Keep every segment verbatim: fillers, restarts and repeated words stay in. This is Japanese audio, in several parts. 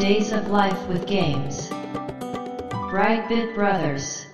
Days of Life with Games Brightbit Brothers。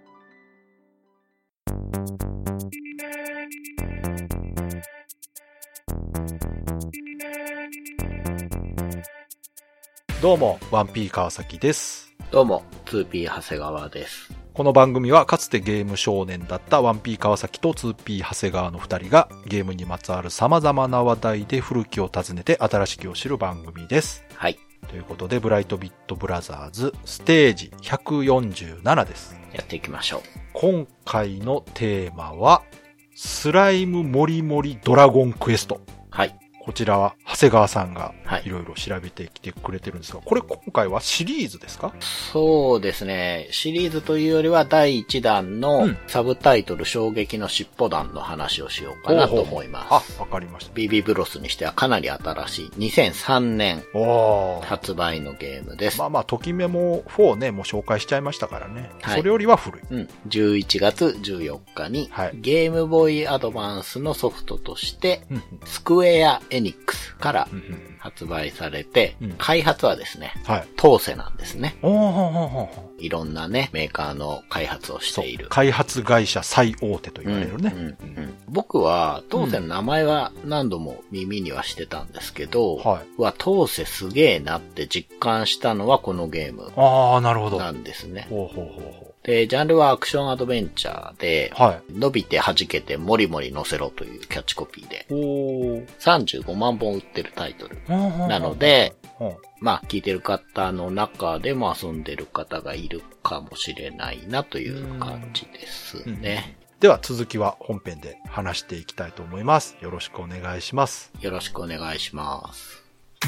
どうも ワンピー 川崎です。 どうも ツーピー 長谷川です。 この番組はかつてゲーム少年だった ワンピー 川崎と ツーピー 長谷川のふたりがゲームにまつわる様々な話題で古きを訪ねて新しきを知る番組です。 はい。 ということでブライトビットブラザーズステージひゃくよんじゅうななです。 やっていきましょう。 今回のテーマはスライムもりもりドラゴンクエスト。 はい。 こちらは長谷川さんがはいいろいろ調べてきてくれてるんですが、これ今回はシリーズですか？ そうですね。シリーズというよりはだいいちだんのサブタイトル、うん、衝撃の尻尾弾の話をしようかなと思います。 ほうほう。あ、わかりました。 ビービー ブロスにしてはかなり新しいにせんさんねん発売のゲームです。 まあまあ、ときめもフォーね、もう紹介しちゃいましたからね。はい、それよりは古い。 うん。じゅういちがつじゅうよっかに、はい、ゲームボーイアドバンスのソフトとして、うん、スクエアエニックスから発売されて、うん、開発はですね、はい、トーセなんですね。おーほーほーほー。いろんなね、メーカーの開発をしている。 開発会社最大手と言われるね。うんうんうん、 僕は、トーセの名前は何度も耳にはしてたんですけど、うん、はい、はトーセすげーなって実感したのはこのゲームなんですね。ほうほうほうほう。で、ジャンルはアクションアドベンチャーで、はい、伸びて弾けてもりもり乗せろというキャッチコピーで、おさんじゅうごまんぼん売ってるタイトルなので、まあ、聞いてる方の中でも遊んでる方がいるかもしれないなという感じですね。 うん、では続きは本編で話していきたいと思います。よろしくお願いします。 よろしくお願いします。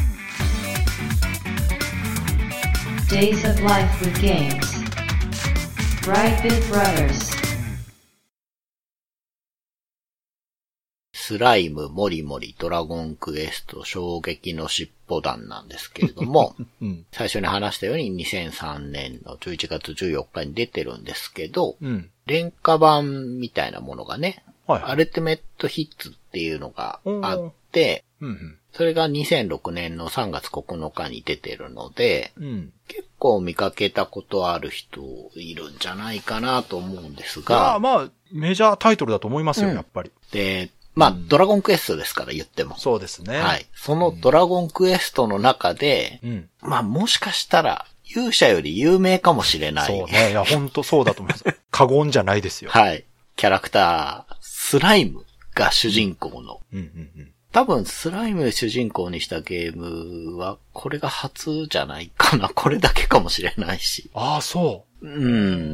Days of Life with Games Brightbit Brothers。 スライムもりもりドラゴンクエスト衝撃の尻尾弾なんですけれども、うん、最初に話したようににせんさんねんのじゅういちがつじゅうよっかに出てるんですけど、うん、廉価版みたいなものがね、はいはい、アルティメットヒッツっていうのがあって、うんうん、それがにせんろくねんのさんがつここのかに出てるので、うん、結構見かけたことある人いるんじゃないかなと思うんですが。 あまあ、メジャータイトルだと思いますよ、うん、やっぱり。 で、まあ、うん、ドラゴンクエストですから言っても。 そうですね。 はい。そのドラゴンクエストの中で、うん、まあもしかしたら、勇者より有名かもしれない。 そうね。いや、ほんとそうだと思います。過言じゃないですよ。 はい。キャラクター、スライムが主人公の。うんうんうん、多分、スライム主人公にしたゲームは、これが初じゃないかな。これだけかもしれないし。 ああ、そう。 うん、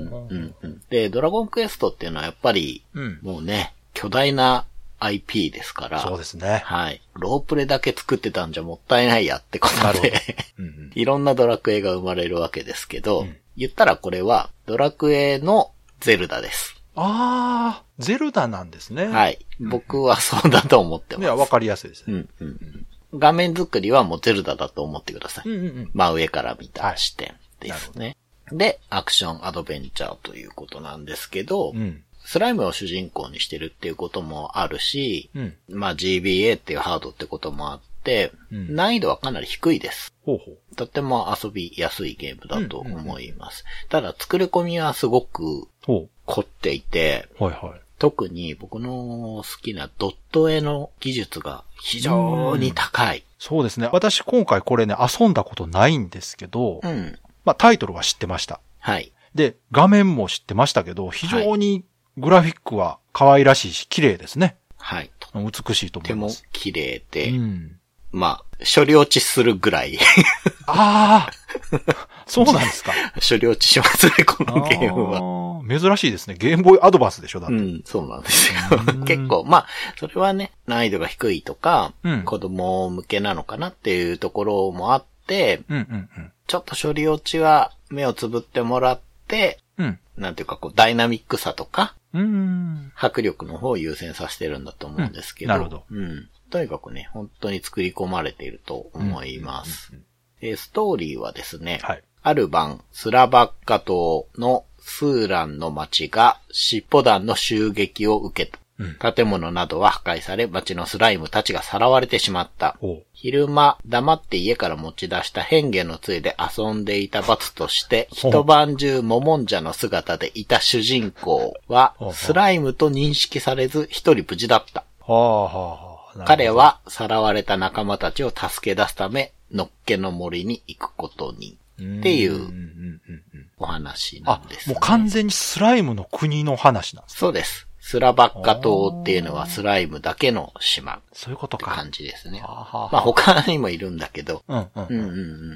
うんうん。で、ドラゴンクエストっていうのはやっぱり、うん、もうね、巨大なアイピー ですから。 そうですね。 はい。ロープレだけ作ってたんじゃもったいないやってことで、うんうん、いろんなドラクエが生まれるわけですけど、うん、言ったらこれはドラクエのゼルダです。 ああ、ゼルダなんですね。 はい。僕はそうだと思ってます。 いや、わかりやすいですね。うんうんうん、画面作りはもうゼルダだと思ってください。うんうんうん、真上から見た視点ですね、はい。で、アクションアドベンチャーということなんですけど、うん、スライムを主人公にしてるっていうこともあるし、うん、まあ ジービーエー っていうハードってこともあって、うん、難易度はかなり低いです。ほうほう。とっても遊びやすいゲームだと思います。うんうんうん、ただ作り込みはすごく凝っていて、はいはい、特に僕の好きなドット絵の技術が非常に高い。うん、 そうですね。私今回これね遊んだことないんですけど、うん、まあタイトルは知ってました。はい。で、画面も知ってましたけど、非常にグラフィックは可愛らしいし綺麗ですね。はい。美しいと思います。 とても綺麗で、うん、まあ、処理落ちするぐらい。 ああ、そうなんですか。 処理落ちしますね、このゲームは。珍しいですね。ゲームボーイアドバンスでしょ、だって。 うん、そうなんですよ。結構、まあ、それはね、難易度が低いとか、うん、子供向けなのかなっていうところもあって、うんうんうん、ちょっと処理落ちは目をつぶってもらって、うん、なんていうかこうダイナミックさとか、うん、迫力の方を優先させてるんだと思うんですけど、うん、なるほど。うん。とにかくね、本当に作り込まれていると思います。うんうんうんうん、ストーリーはですね、はい、ある晩、スラバッカ島のスーランの町が尻尾弾の襲撃を受けた。 うん、建物などは破壊され、町のスライムたちがさらわれてしまった。昼間、黙って家から持ち出した変化の杖で遊んでいた罰として、一晩中モモンジャの姿でいた主人公は、スライムと認識されず一人無事だった。彼はさらわれた仲間たちを助け出すため、のっけの森に行くことに。っていうお話なんです、ね。 あ、もう完全にスライムの国の話なんですか？ そうです。スラバッカ島っていうのはスライムだけの島。 そういうことか。 って感じですね。はあはあ、まあ他にもいるんだけど。うんうんうんうん、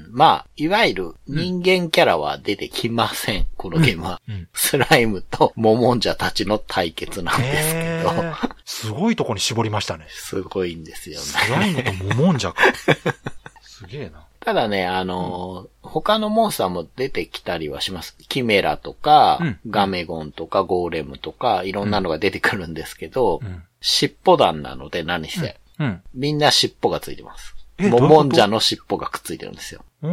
まあ、いわゆる人間キャラは出てきません。うん、このゲームは、うんうん。スライムとモモンジャたちの対決なんですけど。 すごいとこに絞りましたね。 すごいんですよね。 スライムとモモンジャか。すげえな。 ただね、あのーうん、他のモンスターも出てきたりはします。キメラとか、うん、ガメゴンとか、ゴーレムとか、いろんなのが出てくるんですけど、うん、尻尾弾なので何せ、うんうん、みんな尻尾がついてます。モモンジャの尻尾がくっついてるんですよ。うん、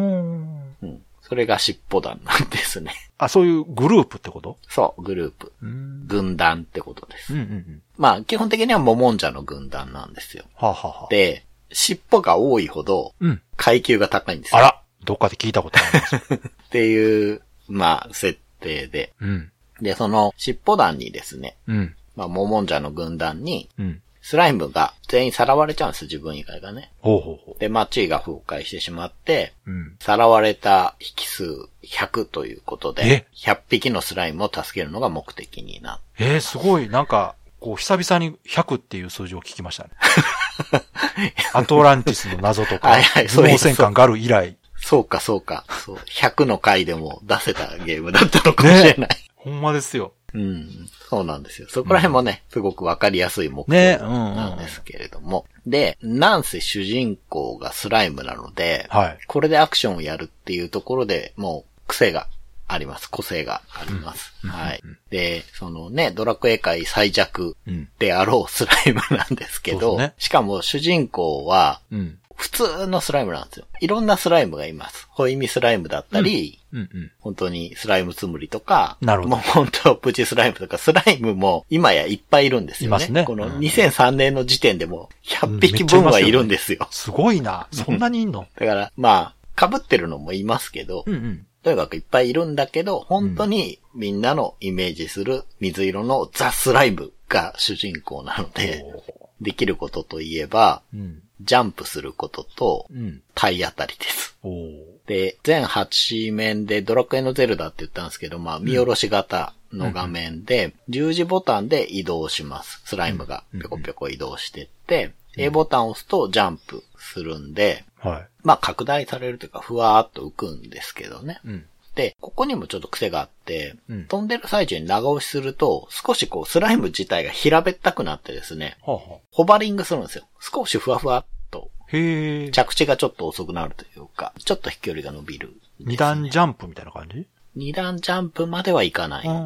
うん。それが尻尾弾なんですね。 あ、そういうグループってこと？ そう、グループ。軍団ってことです。うんうんうん、まあ、基本的にはモモンジャの軍団なんですよ。はあははあ、で、尻尾が多いほど、階級が高いんですよ。 あら、どっかで聞いたことあります。 っていう、まあ、設定で。うん、で、その尻尾団にですね、うん、まあ、モモンジャの軍団に、うん、スライムが全員さらわれちゃうんですよ、自分以外がね。ほうほうほう。で、街が崩壊してしまって、うん、さらわれた匹数ひゃくということで、ひゃっぴきのスライムを助けるのが目的になって。 えー、すごい、なんか、こう、久々にひゃくっていう数字を聞きましたね。アトランティスの謎とか、はいはい、無謀戦艦ガル以来。 そうか、そうか。そう。ひゃくの回でも出せたゲームだったのかもしれない。ね、 ほんまですよ。 うん。そうなんですよ。そこら辺もね、うん、すごくわかりやすい目標なんですけれども。ね、うんうん、で、なんせ主人公がスライムなので、はい、これでアクションをやるっていうところでもう癖があります。個性があります。うん、はい、うん。で、そのね、ドラクエ界最弱であろうスライムなんですけど、うんね、しかも主人公は、うん普通のスライムなんですよ。いろんなスライムがいます。ホイミスライムだったり、うんうんうん、本当にスライムつむりとか、なるほど。もう本当プチスライムとか、スライムも今やいっぱいいるんですよね。いますね。このにせんさんねんの時点でもひゃっぴきぶんはいるんですよ。 うん、すごいな。そんなにいんの？ だから、まあ、被ってるのもいますけど、うんうん、とにかくいっぱいいるんだけど、本当にみんなのイメージする水色のザ・スライムが主人公なので、できることといえば、うんジャンプすることと、体当たりです。うん、で、全はち面でドラクエのゼルダって言ったんですけど、まあ、見下ろし型の画面で、十字ボタンで移動します。スライムがぴょこぴょこ移動してって、うん、A ボタンを押すとジャンプするんで、はい、まあ、拡大されるというか、ふわーっと浮くんですけどね。うんで、ここにもちょっと癖があって、うん、飛んでる最中に長押しすると、少しこう、スライム自体が平べったくなってですね、はあはあ、ホバリングするんですよ。少しふわふわっと。へー。着地がちょっと遅くなるというか、ちょっと飛距離が伸びる、ね。 二段ジャンプみたいな感じ？ 二段ジャンプまではいかない。うん。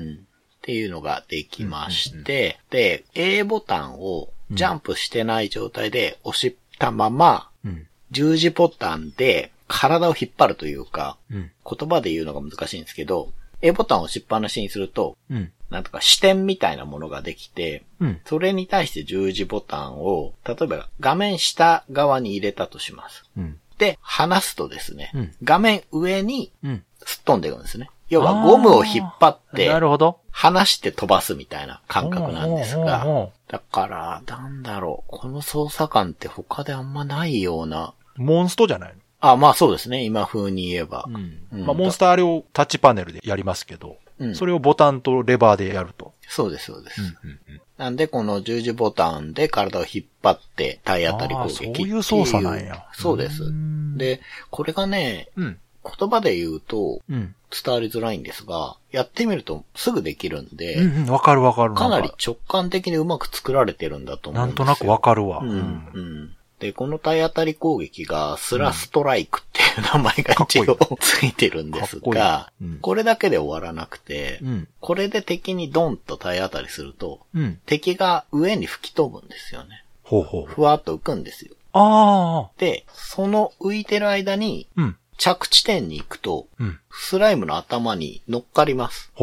っていうのができまして、うんうんうん、で、A ボタンをジャンプしてない状態で押したまま、うん、十字ボタンで、体を引っ張るというか、うん、言葉で言うのが難しいんですけど、A ボタンを押しっぱなしにすると、うん、なんとか視点みたいなものができて、うん、それに対して十字ボタンを、例えば画面下側に入れたとします。うん、で、離すとですね、うん、画面上にすっ飛んでいくんですね。要はゴムを引っ張って、なるほど。離して飛ばすみたいな感覚なんですが、だから、なんだろう、この操作感って他であんまないような。 モンストじゃないの？ あ、まあそうですね。今風に言えば。うんうん、まあモンスターあれをタッチパネルでやりますけど、うん、それをボタンとレバーでやると。 そうです、そうです。うんうんうん、なんでこの十字ボタンで体を引っ張って体当たり攻撃っていう。 そういう操作なんや。 そうです。で、これがね、うん、言葉で言うと伝わりづらいんですが、やってみるとすぐできるんで、 うんうん、わかるわかる。 かなり直感的にうまく作られてるんだと思うんですよ。 なんとなくわかるわ。 うんうんで、この体当たり攻撃がスラストライクっていう名前が一応ついてるんですが、うん、これだけで終わらなくて、うん、これで敵にドンと体当たりすると、うん、敵が上に吹き飛ぶんですよね。ほうほうふわっと浮くんですよ。あで、その浮いてる間に、着地点に行くと、スライムの頭に乗っかります。ほう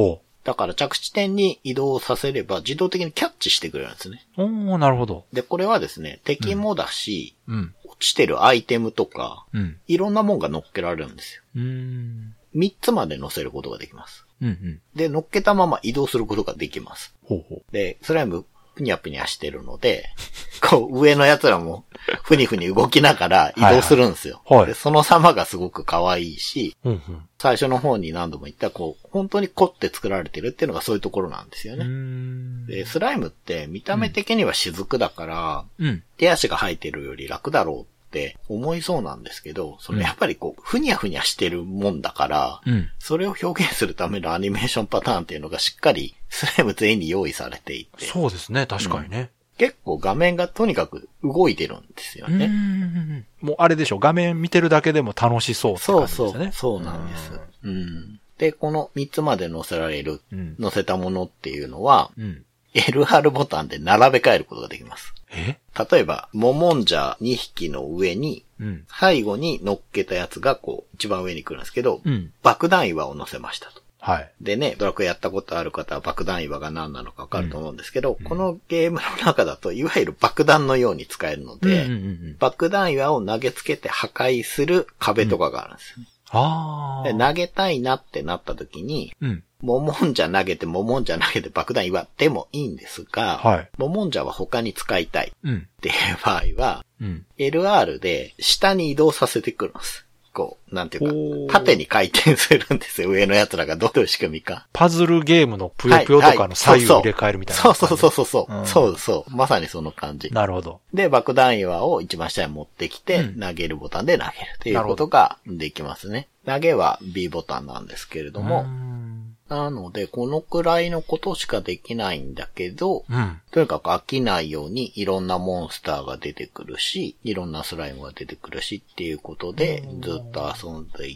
だから着地点に移動させれば自動的にキャッチしてくれるんですね。 おー、なるほど。 で、これはですね、敵もだし、 うん、 落ちてるアイテムとか、 うん、 いろんなもんが乗っけられるんですよ。 うーん。 みっつまで乗せることができます。 うんうん、 で、乗っけたまま移動することができます。 ほうほう。 で、スライム、ふにゃふにゃしてるので、こう、上の奴らも、ふにふに動きながら移動するんですよ。 はいはい、 でその様がすごく可愛いし、 うんうん、 最初の方に何度も言った、こう、本当に凝って作られてるっていうのがそういうところなんですよね。で、スライムって見た目的には雫だから、うん、手足が生えてるより楽だろうって思いそうなんですけど、そのやっぱりこう、ふにゃふにゃしてるもんだから、うん、それを表現するためのアニメーションパターンっていうのがしっかりスライム全員に用意されていて。 そうですね、確かにね。うん、 結構画面がとにかく動いてるんですよね。 うんもうあれでしょ、画面見てるだけでも楽しそうって感じですね。 そうそう、そうなんです。うん、で、このみっつまで載せられる、うん、載せたものっていうのは、うん、エルアール ボタンで並べ替えることができます。 え？ 例えば、モモンジャにひきの上に、うん、最後に乗っけたやつがこう、一番上に来るんですけど、うん、爆弾岩を乗せましたと。 はい。 でね、ドラクエやったことある方は爆弾岩が何なのかわかると思うんですけど、うん、このゲームの中だといわゆる爆弾のように使えるので、うんうんうん、爆弾岩を投げつけて破壊する壁とかがあるんですよね。 うん、あで投げたいなってなった時に、うんモモンジャ投げて、モモンジャ投げて爆弾岩でもいいんですが、はい、モモンジャは他に使いたいっていう場合は、うん、エルアール で下に移動させてくるんです。こう、なんていうか、縦に回転するんですよ。上の奴らがどういう仕組みか。 パズルゲームのぷよぷよとかの左右入れ替えるみたいな、 はいはい。そうそうそうそう。うん、そうそう。まさにその感じ。 なるほど。 で、爆弾岩を一番下に持ってきて、うん、投げるボタンで投げるっていうことができますね。投げは ビー ボタンなんですけれども、なので、このくらいのことしかできないんだけど、うん、とにかく飽きないようにいろんなモンスターが出てくるし、いろんなスライムが出てくるしっていうことで、ずっと遊んでいって、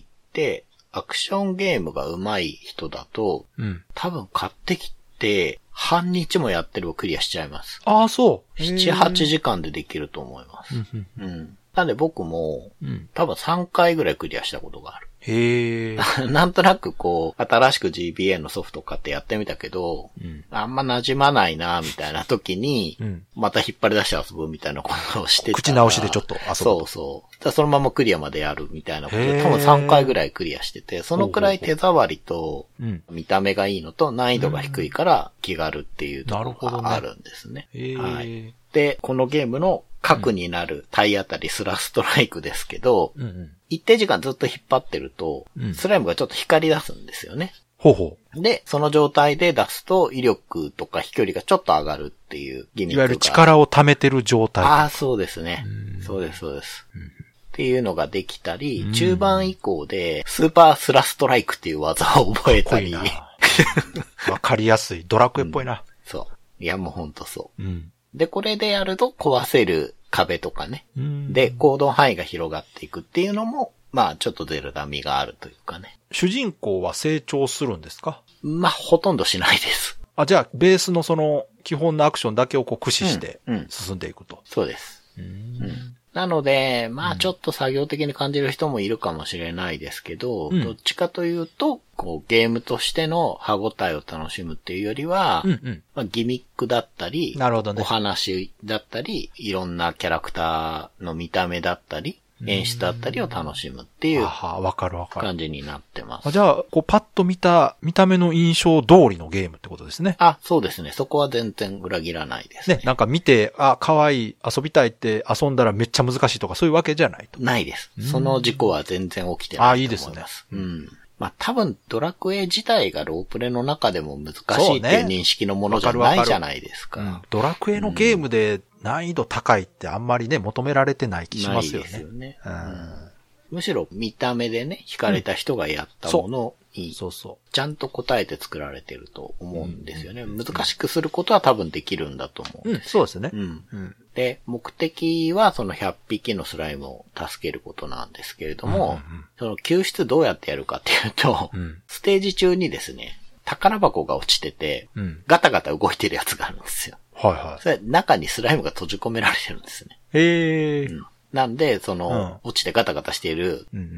アクションゲームが上手い人だと、うん、多分買ってきて、半日もやってればクリアしちゃいます。 ああ、そう。 なな、はちじかんでできると思います。うん。なんで僕も、うん、多分さんかいぐらいクリアしたことがある。 へー。 なんとなくこう、新しく ジービーエー のソフト買ってやってみたけど、うん、あんま馴染まないなみたいな時に、うん、また引っ張り出して遊ぶみたいなことをしてた。 口直しでちょっと遊ぶ。 そうそう。だそのままクリアまでやるみたいなことで、多分さんかいぐらいクリアしてて、そのくらい手触りと、見た目がいいのと難易度が低いから気軽っていうところがあるんですね。 ねはい。で、このゲームの核になる体当たりスラストライクですけど、うんうん、一定時間ずっと引っ張ってると、うん、スライムがちょっと光り出すんですよね。 ほうほう。で、その状態で出すと威力とか飛距離がちょっと上がるっていうギミックが。 いわゆる力を溜めてる状態。 ああ、そうですね。そうです、そうです、うん。っていうのができたり、中盤以降でスーパースラストライクっていう技を覚えたり。わかりやすい。ドラクエっぽいな。うん、 そう。いや、もうほんとそう。うんで、これでやると壊せる壁とかね。で、行動範囲が広がっていくっていうのも、まあちょっとゼルダ味があるというかね。 主人公は成長するんですか？ まあほとんどしないです。 あ、じゃあベースのその基本のアクションだけをこう駆使して進んでいくと。 うんうん、そうです。うん、なので、まあちょっと作業的に感じる人もいるかもしれないですけど、うん、どっちかというと、こうゲームとしての歯応えを楽しむっていうよりは、うんうんまあ、ギミックだったり、 なるほどね、 お話だったり、いろんなキャラクターの見た目だったり、演出だったりを楽しむっていう感じになってます。 じゃあ、こうパッと見た、見た目の印象通りのゲームってことですね。 あ、そうですね。そこは全然裏切らないですね。 ね、なんか見て、あ、可愛い、遊びたいって遊んだらめっちゃ難しいとかそういうわけじゃないと。 ないです。その事故は全然起きてないと思います。あ、いいですね。うん。まあ多分ドラクエ自体がロープレの中でも難しいっていう認識のものじゃないじゃないですか。 うん、ドラクエのゲームで難易度高いってあんまりね、求められてない気しますよね。ないですよね。うん、 むしろ見た目でね、惹かれた人がやったものに、そうそう。ちゃんと答えて作られてると思うんですよね。うん、難しくすることは多分できるんだと思うんですよ。 うん、そうですね。うんうん、 で、目的はそのひゃっぴきのスライムを助けることなんですけれども、うんうんうん、その救出どうやってやるかっていうと、うん、ステージ中にですね、宝箱が落ちてて、うん、ガタガタ動いてるやつがあるんですよ。 はいはい。 それ中にスライムが閉じ込められてるんですね。 へー。 うん、なんで、その、うん、落ちてガタガタしている、うんうん、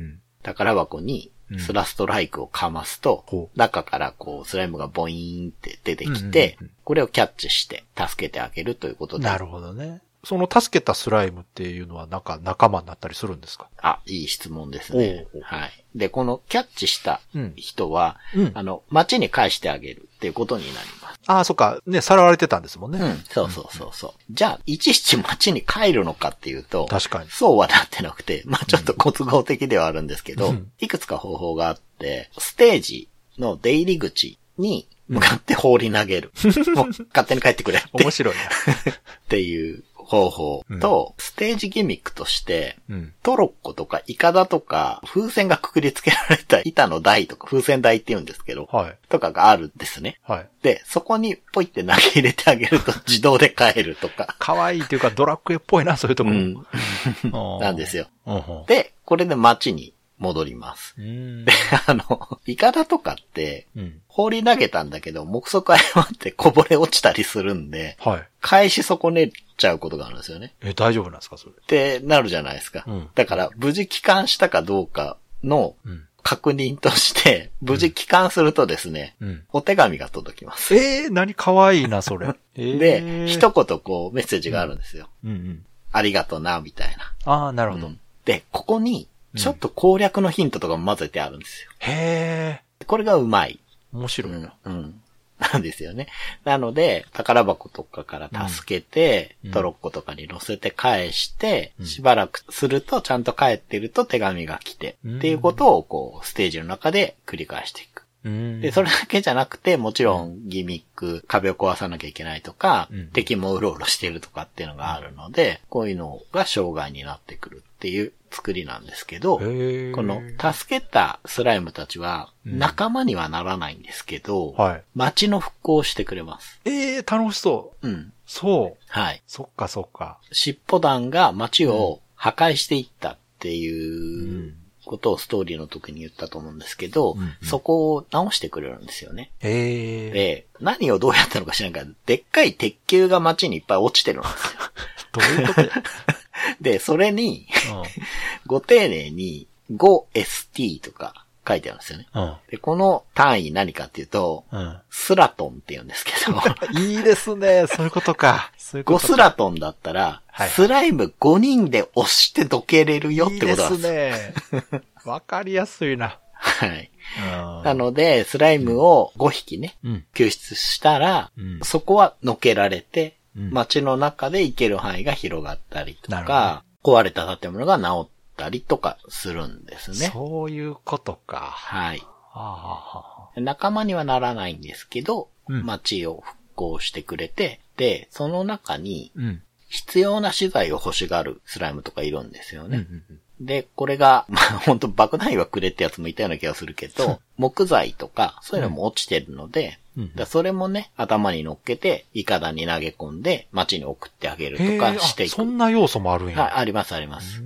宝箱にスラストライクをかますと、うん、中からこうスライムがボイーンって出てきて、うんうんうん、これをキャッチして助けてあげるということで。 なるほどね。その助けたスライムっていうのはなんか仲間になったりするんですか？ あ、いい質問ですね。はい。で、このキャッチした人は、うん、あの、街に返してあげるっていうことになります。 ああ、そっか。ね、さらわれてたんですもんね。 うん。そうそうそうそう。うん、じゃあ、いちいち街に帰るのかっていうと、 確かに。 そうはなってなくて、まあちょっとご都合的ではあるんですけど、うん、いくつか方法があって、ステージの出入り口に向かって放り投げる。うん、もう勝手に帰ってくれって。 面白いな。 っていう方法と、うん、ステージギミックとして、うん、トロッコとかイカダとか、風船がくくりつけられた板の台とか、風船台って言うんですけど、はい、とかがあるんですね。はい、で、そこにポイって投げ入れてあげると自動で帰るとか。 可愛いっていうかドラクエっぽいな、そういうところ。うん、 なんですよ。で、これで街に戻ります。で、あの、イカダとかって、うん、放り投げたんだけど、目測誤ってこぼれ落ちたりするんで、はい、返し損ねちゃうことがあるんですよね。 え、大丈夫なんですかそれ。 ってなるじゃないですか。うん、だから、無事帰還したかどうかの確認として、無事帰還するとですね、うん、お手紙が届きます。 えー、何可愛いな、それ。 えー、で、一言こうメッセージがあるんですよ。うんうんうん、ありがとな、みたいな。 ああ、なるほど、うん。 で、ここに、ちょっと攻略のヒントとかも混ぜてあるんですよ。 へー。 これがうまい。 面白いな。 うん。うんなんですよね。なので、宝箱とかから助けて、うん、トロッコとかに乗せて返して、うん、しばらくするとちゃんと帰ってると手紙が来て、うん、っていうことをこう、ステージの中で繰り返していく。うん、で、それだけじゃなくて、もちろんギミック、壁を壊さなきゃいけないとか、うん、敵もうろうろしてるとかっていうのがあるので、こういうのが障害になってくるっていう作りなんですけど、この助けたスライムたちは仲間にはならないんですけど、うんはい、街の復興をしてくれます。 ええー、楽しそう。うん。そう。 はい。 そっかそっか。 尻尾団が街を破壊していったっていうことをストーリーの時に言ったと思うんですけど、うんうん、そこを直してくれるんですよね。 へー。 で、何をどうやったのか知らんけど、でっかい鉄球が街にいっぱい落ちてるんですよ。 どういうことやで、それに、ご丁寧に ごエスティー とか書いてあるんですよね。うん、でこの単位何かっていうと、うん、スラトンって言うんですけど。 いいですね。そういうことか。そういうことか。 ごスラトンだったら、はい、スライムごにんで押してどけれるよってことなんです。 いいですね。わかりやすいな。 はい。なので、スライムをごひきね、うん、救出したら、うん、そこはのけられて、街の中で行ける範囲が広がったりとか、壊れた建物が直ったりとかするんですね。 そういうことか。 はい。仲間にはならないんですけど、うん、街を復興してくれて、で、その中に、必要な資材を欲しがるスライムとかいるんですよね。うんうんうんで、これが、まあ、ほんと爆弾はくれってやつもいたような気がするけど、木材とか、そういうのも落ちてるので、うん、だそれもね、頭に乗っけて、イカダに投げ込んで、街に送ってあげるとかしていく。 そんな要素もあるんや。 はい、ありますあります。うん。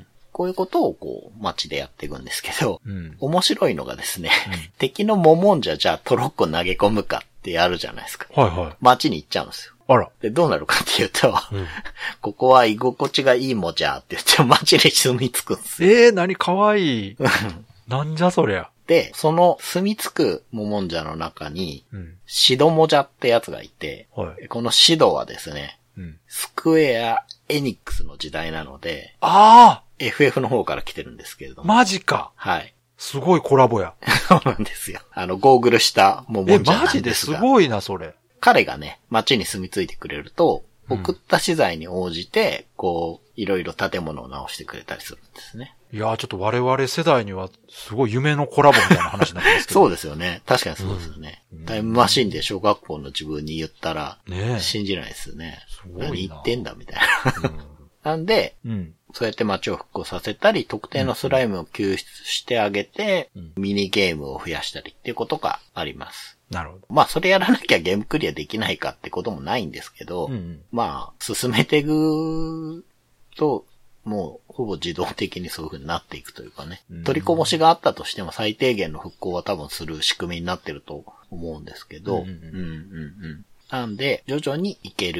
こういうことをこう、街でやっていくんですけど、うん、面白いのがですね、うん、敵のモモンジャじゃあトロッコ投げ込むかってやるじゃないですか。 はいはい。 街に行っちゃうんですよ。 あら。 で、どうなるかっていうと、うん、ここは居心地がいいもじゃって言って街に住み着くんですよ。 えー、何かわいい。なんじゃそりゃ。 で、その住み着くモモンジャの中に、うん、シドモジャってやつがいて、はい、このシドはですね、うん、スクエア・エニックスの時代なので、 ああエフエフ の方から来てるんですけれども。 マジか。 はい。 すごいコラボや。 そうなんですよ。あの、ゴーグルしたモモンジャなんですが。え、マジですごいな、それ。 彼がね、街に住み着いてくれると、送った資材に応じて、うん、こう、いろいろ建物を直してくれたりするんですね。 いやー、ちょっと我々世代には、すごい夢のコラボみたいな話になってますけど。 そうですよね。確かにそうですよね。うん、タイムマシンで小学校の自分に言ったら、ね、信じないですよね。すごいな。何言ってんだみたいな。うん、なんで、うん、そうやって街を復興させたり、特定のスライムを救出してあげて、うん、ミニゲームを増やしたりっていうことがあります。 なるほど。 まあ、それやらなきゃゲームクリアできないかってこともないんですけど、うんうん、まあ、進めていくと、もう、ほぼ自動的にそういう風になっていくというかね。取りこぼしがあったとしても最低限の復興は多分する仕組みになってると思うんですけど、うんうんうんうん、なんで、徐々に行ける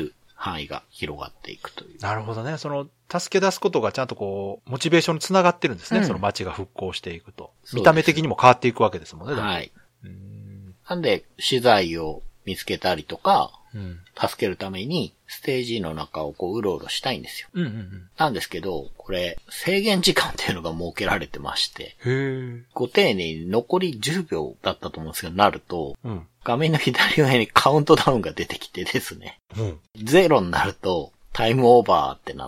範囲が広がっていくという。 なるほどね。その、助け出すことがちゃんとこう、モチベーションにつながってるんですね。うん、その街が復興していくと。見た目的にも変わっていくわけですもんね。 はい。うーんなんで、資材を見つけたりとか、うん、助けるために、ステージの中をこう、うろうろしたいんですよ。うんうんうん、なんですけど、これ、制限時間っていうのが設けられてまして、 へーご丁寧に残りじゅうびょうだったと思うんですけど、なると、うん、画面の左上にカウントダウンが出てきてですね、うん、ゼロになると、タイムオーバーってなって、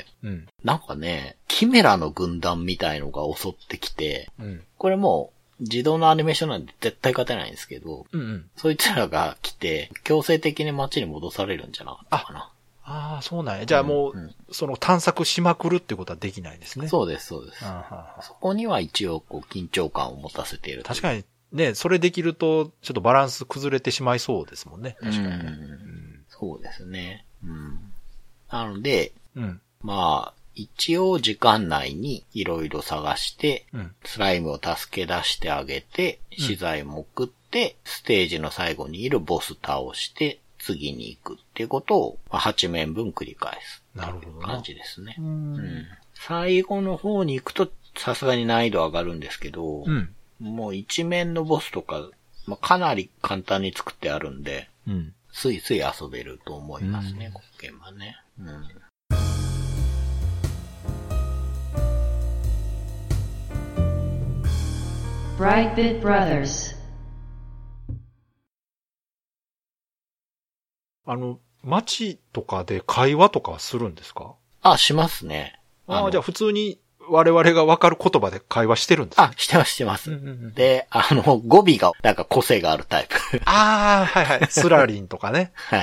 うん、なんかね、キメラの軍団みたいのが襲ってきて、うん、これもう、自動のアニメーションなんで絶対勝てないんですけど、うんうん、そいつらが来て、強制的に街に戻されるんじゃなかったかな。 ああ、そうなんや。じゃあもう、うんうん、その探索しまくるってことはできないですね。 そうです、そうです。そこには一応、こう、緊張感を持たせている。 確かに、ね、それできると、ちょっとバランス崩れてしまいそうですもんね。確かに、ねうんうん。 そうですね。うん、なので、うん、まあ、一応時間内にいろいろ探して、うん、スライムを助け出してあげて、資材も送って、うん、ステージの最後にいるボス倒して、次に行くっていうことを、まあ、はち面分繰り返す。なるほど。感じですね。うん、うん。最後の方に行くと、さすがに難易度上がるんですけど、うん、もう一面のボスとか、まあ、かなり簡単に作ってあるんで、うん、スイスイ遊べると思いますね、このゲームはね。うん Brightbit Brothers あの、街とかで会話とかはするんですか？ あ、しますね。 ああ、じゃあ普通に我々がわかる言葉で会話してるんですか？ あ、してます、してます。うんうんうん、で、あの、語尾がなんか個性があるタイプ。 ああ、はいはい。スラリンとかね。 はいはい。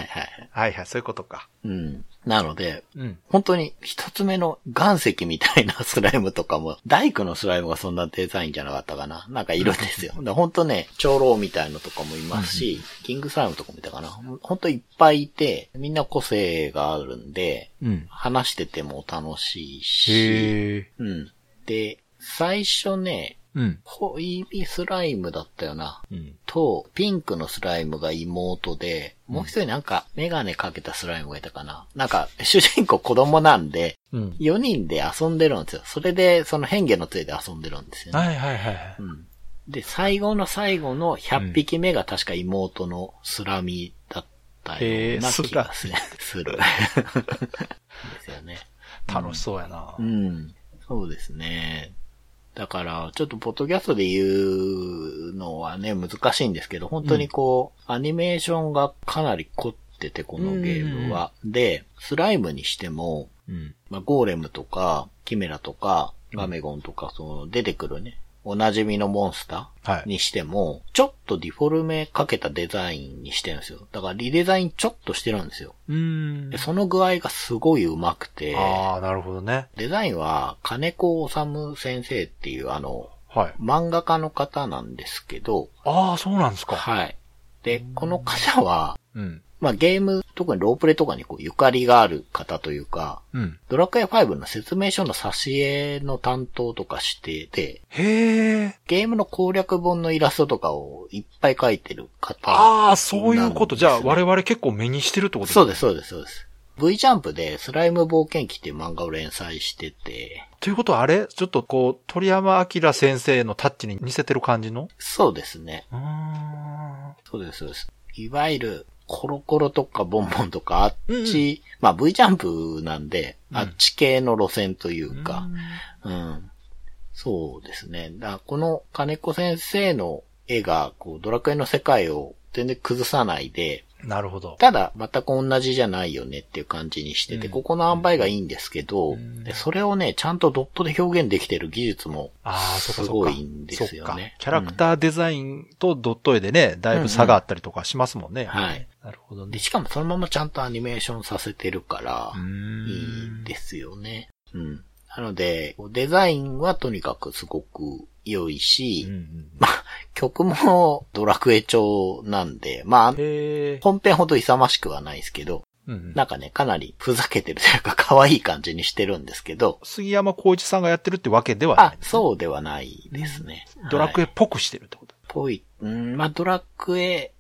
はいはい、そういうことか。 うん。なので、うん、本当に一つ目の岩石みたいなスライムとかも、大工のスライムがそんなデザインじゃなかったかな。なんかいるんですよ。本当ね、長老みたいのとかもいますし、うん、キングスライムとかもいたかな。本当いっぱいいて、みんな個性があるんで、うん、話してても楽しいし、へうん、で、最初ね、うん。ホイビスライムだったよな。うん。と、ピンクのスライムが妹で、もう一人なんかメガネかけたスライムがいたかな。なんか、主人公子供なんで、うん、よにんで遊んでるんですよ。それで、その変化の杖で遊んでるんですよね。 はいはいはい。うん。 で、最後の最後のひゃっぴきめが確か妹のスラミだったような気がする。する。ですよね。 楽しそうやな。 うん。うん。そうですね。だから、ちょっとポッドキャストで言うのはね、難しいんですけど、本当にこう、うん、アニメーションがかなり凝ってて、このゲームは。で、スライムにしても、うん、まあ、ゴーレムとか、キメラとか、ガメゴンとか、その、出てくるね、おなじみのモンスターにしても、はい、ちょっとディフォルメかけたデザインにしてるんですよ。だからリデザインちょっとしてるんですよ。うーんでその具合がすごい上手くて。 ああ、なるほどね。 デザインは金子治先生っていうあの、はい、漫画家の方なんですけど。 ああ、そうなんですか。 はい。で、この方は、うん、まあゲーム、特にロープレとかにこうゆかりがある方というか、うん、ドラクエファイブの説明書の挿絵の担当とかしてて、 へー。 ゲームの攻略本のイラストとかをいっぱい描いてる方、 ね。ああ、そういうこと。じゃあ我々結構目にしてるってことですね。そうです、そうです、そうです。V ジャンプでスライム冒険記っていう漫画を連載してて。 ということはあれちょっとこう、鳥山明先生のタッチに似せてる感じの？ そうですね。うーんそうです、そうです。いわゆる、コロコロとかボンボンとかあっち、うん、まあ V ジャンプなんで、うん、あっち系の路線というか、うん、うん、そうですね。だからこの金子先生の絵がこうドラクエの世界を全然崩さないで、 なるほど。 ただ全く同じじゃないよねっていう感じにしてて、うん、ここの塩梅がいいんですけど、うん、で、それをね、ちゃんとドットで表現できてる技術もすごいんですよね。 キャラクターデザインとドット絵でね、だいぶ差があったりとかしますもんね。うんうん、 はい。なるほどね。で、しかもそのままちゃんとアニメーションさせてるから、いいですよね。うん。なので、デザインはとにかくすごく良いし、うんうん、まあ、曲もドラクエ調なんで、まあ、本編ほど勇ましくはないですけど、うんうん、なんかね、かなりふざけてるというか可愛い感じにしてるんですけど。 杉山浩一さんがやってるってわけではない、ね。 あ、そうではないですね。 うん、ドラクエっぽくしてるってこと、 ぽい。うん、まあドラクエ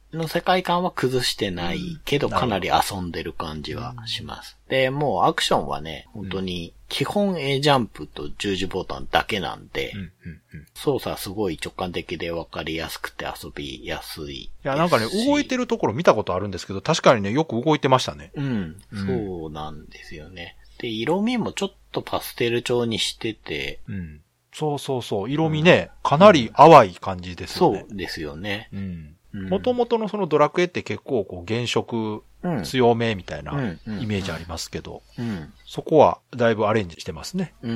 の世界観は崩してないけど、かなり遊んでる感じはします。で、もうアクションはね、本当に基本 A ジャンプと十字ボタンだけなんで、うんうんうん、操作すごい直感的で分かりやすくて遊びやすい。いや、なんかね、動いてるところ見たことあるんですけど、確かにね、よく動いてましたね。 うん、うん、そうなんですよね。で、色味もちょっとパステル調にしてて、うん、 そうそうそう、色味ね、うん、かなり淡い感じですよね。 そうですよね。 うん元々のそのドラクエって結構こう原色強めみたいなイメージありますけど、そこはだいぶアレンジしてますね。 うん。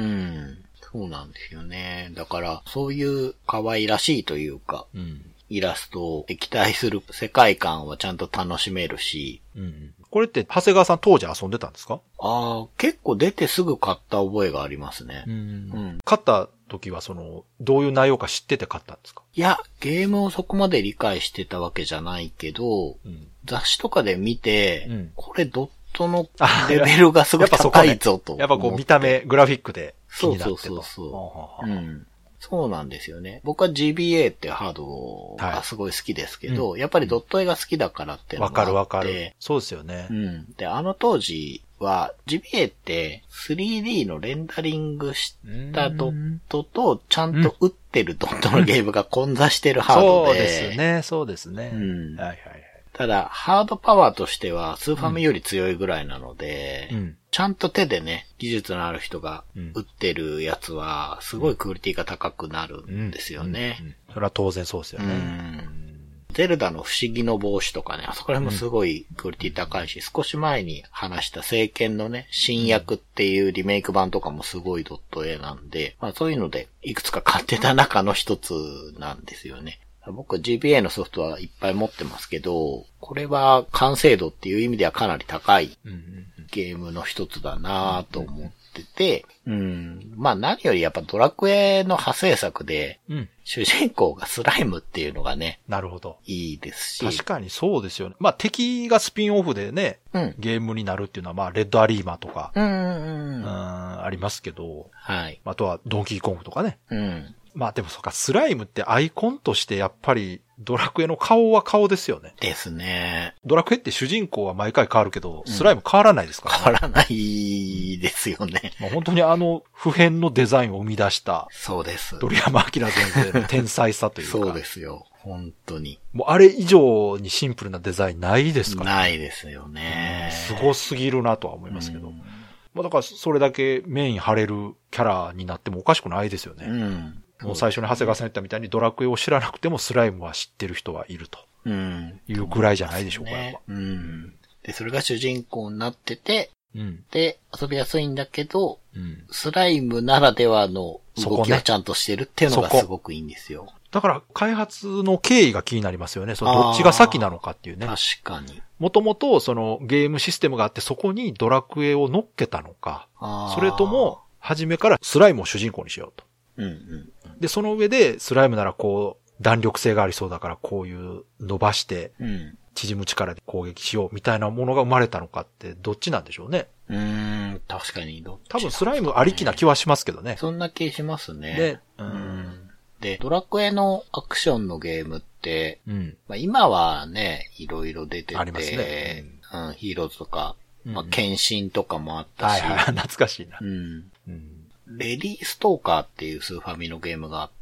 そうなんですよね。だからそういう可愛らしいというか、うん、イラストを敵対する世界観はちゃんと楽しめるし、 うん、これって長谷川さん当時遊んでたんですか？ ああ、結構出てすぐ買った覚えがありますね。 うんうん、買った時はその、どういう内容か知ってて買ったんですか？ いや、ゲームをそこまで理解してたわけじゃないけど、うん、雑誌とかで見て、うん、これドットのレベルがすごい高いぞと。 やっぱこう見た目、グラフィックで気になってと。 そうそうそうそう、うん。そうなんですよね。僕は ジービーエー ってハードがすごい好きですけど、はいうん、やっぱりドット絵が好きだからっていうのがあって。 わかるわかる。そうですよね。 うん。で、あの当時は ジービーエー って スリーディー のレンダリングしたドットとちゃんと打ってるドットのゲームが混在してるハードで。 そうですね、そうですね。 うん。 はいはい。 ただ、ハードパワーとしては、スーファミより強いぐらいなので、うん、ちゃんと手でね、技術のある人が打ってるやつは、すごいクオリティが高くなるんですよね。 うんうんうん、それは当然そうですよね。 うんゼルダの不思議の帽子とかね、あそこら辺もすごいクオリティ高いし、うん、少し前に話した聖剣のね、新薬っていうリメイク版とかもすごいドット絵なんで、まあそういうので、いくつか買ってた中の一つなんですよね。僕 ジービーエー のソフトはいっぱい持ってますけど、これは完成度っていう意味ではかなり高いゲームの一つだなぁと思ってて、うん、まあ何よりやっぱドラクエの派生作で、うん、主人公がスライムっていうのがね、 なるほど。 いいですし。 確かにそうですよね。まあ敵がスピンオフでね、うん、ゲームになるっていうのはまあレッドアリーマとか、うんうんうん、ありますけど、はい。あとはドンキーコングとかね。うんまあでもそうか、スライムってアイコンとしてやっぱりドラクエの顔は顔ですよね。 ですね。 ドラクエって主人公は毎回変わるけど、スライム変わらないですからね。変わらないですよね。 まあ、本当にあの普遍のデザインを生み出した。 そうです。 鳥山明先生の天才さというか。 そうですよ。本当に。 もうあれ以上にシンプルなデザインないですからね。ないですよね。 すごすぎるなとは思いますけど。まあだからそれだけメイン張れるキャラになってもおかしくないですよね。うんもう最初に長谷川さん言ったみたいにドラクエを知らなくてもスライムは知ってる人はいると。うん。いうぐらいじゃないでしょうか、ね、 うん。で、それが主人公になってて、うん、で、遊びやすいんだけど、うん、スライムならではの動きをちゃんとしてるっていうのがすごくいいんですよ。 だから開発の経緯が気になりますよね。そのどっちが先なのかっていうね。 確かに。 もともとそのゲームシステムがあってそこにドラクエを乗っけたのか、それとも初めからスライムを主人公にしようと。うんうん、で、その上でスライムならこう弾力性がありそうだからこういう伸ばして縮む力で攻撃しようみたいなものが生まれたのかってどっちなんでしょうね。 うーん、確かにどっち、ね。 多分スライムありきな気はしますけどね。 そんな気しますね。で、うん、で、ドラクエのアクションのゲームって、うんまあ、今はね、いろいろ出てて、ありますね。うんうん、ヒーローズとか、まあ、献身とかもあったし。 はいはい、懐かしいな。 うんうんレディーストーカーっていうスーファミのゲームがあって、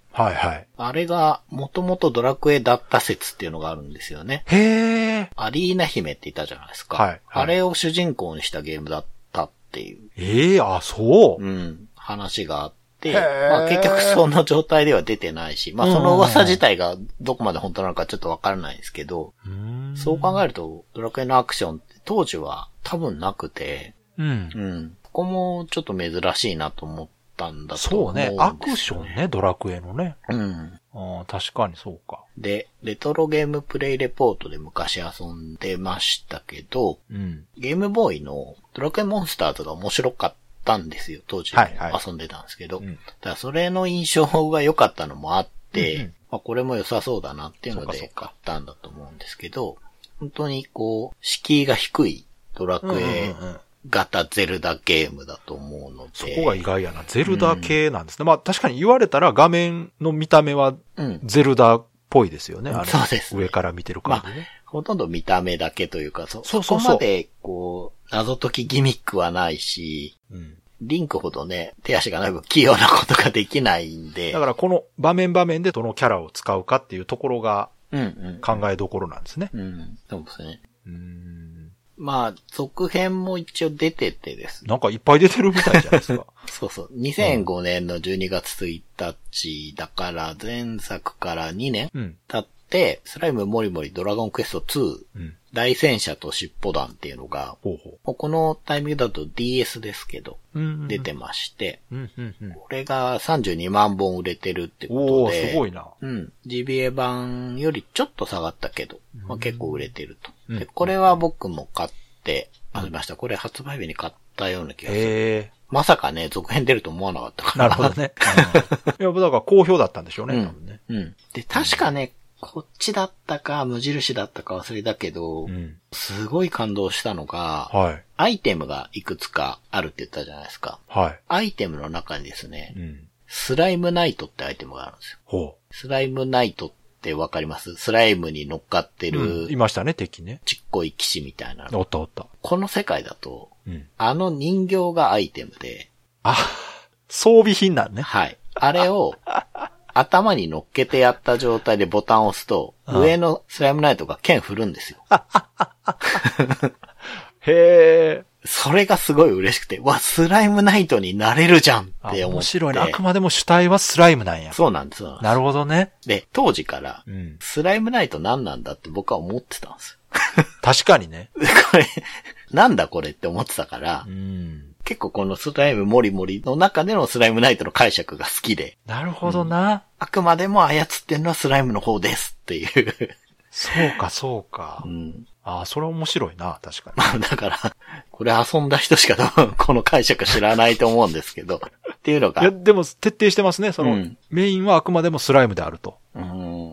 はいはい。 あれがもともとドラクエだった説っていうのがあるんですよね。 へー。 アリーナ姫って言ったじゃないですか。はい、はい。あれを主人公にしたゲームだったっていう。 ええー、あ、そう。 うん。話があって、まあ結局その状態では出てないし、まあその噂自体がどこまで本当なのかちょっとわからないですけど、うんそう考えるとドラクエのアクションって当時は多分なくて、うん。うん。ここもちょっと珍しいなと思ったんだと思うんですよね。 そうね。アクションね、ドラクエのね。うん。あ確かにそうか。 で、レトロゲームプレイレポートで昔遊んでましたけど、うん、ゲームボーイのドラクエモンスターズが面白かったんですよ、当時遊んでたんですけど。はいはいうん、だからそれの印象が良かったのもあって、うんうんまあ、これも良さそうだなっていうので買ったんだと思うんですけど、本当にこう、敷居が低いドラクエ、うんうんうん型ゼルダゲームだと思うので。 そこが意外やな。ゼルダ系なんですね。うん、まあ確かに言われたら画面の見た目はゼルダぽいですよね。あのそうですね。 上から見てる感じね。まあ、 ほとんど見た目だけというか、そ、そうそうそう、そこまで、こう、謎解きギミックはないし、うん、リンクほどね、手足がない分器用なことができないんで。 だからこの場面場面でどのキャラを使うかっていうところが、考えどころなんですね。 うん、うん。そうですね。うーん、まあ、続編も一応出ててですね。 なんかいっぱい出てるみたいじゃないですか。 そうそう。にせんごねんのじゅうにがつついたちだから、前作からにねん経って、スライムモリモリドラゴンクエストツー、うん、大戦車と尻尾弾っていうのが、ほうほう、このタイミングだと ディーエス ですけど、うんうんうん、出てまして、うんうんうん、これがさんじゅうにまんぼん売れてるってことで、 おー、すごいな。 うん。ジービーエー 版よりちょっと下がったけど、まあ、結構売れてると、うん。で、これは僕も買ってありました。これ発売日に買ったような気がする。へー、まさかね、続編出ると思わなかったから。 なるほどね。うん、いや、だから好評だったんでしょうね、 うん、 多分ね。 うん。で、確かね、こっちだったか、無印だったか忘れたけど、うん、すごい感動したのが、はい、アイテムがいくつかあるって言ったじゃないですか。はい、アイテムの中にですね、うん、スライムナイトってアイテムがあるんですよ。ほう、スライムナイトってわかります？スライムに乗っかってる、 うん、いましたね、敵ね。 ちっこい騎士みたいなの。 おったおった。 この世界だと、うん、あの人形がアイテムで、 あ、装備品なんね。 はい。あれを、頭に乗っけてやった状態でボタンを押すと、上のスライムナイトが剣振るんですよ。 へー。 それがすごい嬉しくて、わ、スライムナイトになれるじゃんって思って。 面白いね。あくまでも主体はスライムなんや。 そうなんです。 なるほどね。 で、当時から、うん、スライムナイト何なんだって僕は思ってたんですよ。確かにね。 これ、なんだこれって思ってたから、うん、結構このスライムモリモリの中でのスライムナイトの解釈が好きで。 なるほどな。うん、 あくまでも操ってるのはスライムの方ですっていう。 そうか、そうか。うん、ああ、それ面白いな、確かに。 まあ、だから、これ遊んだ人しか多分この解釈知らないと思うんですけど、っていうのが。 いや、でも徹底してますね。その、うん、メインはあくまでもスライムであると。うん。 うん、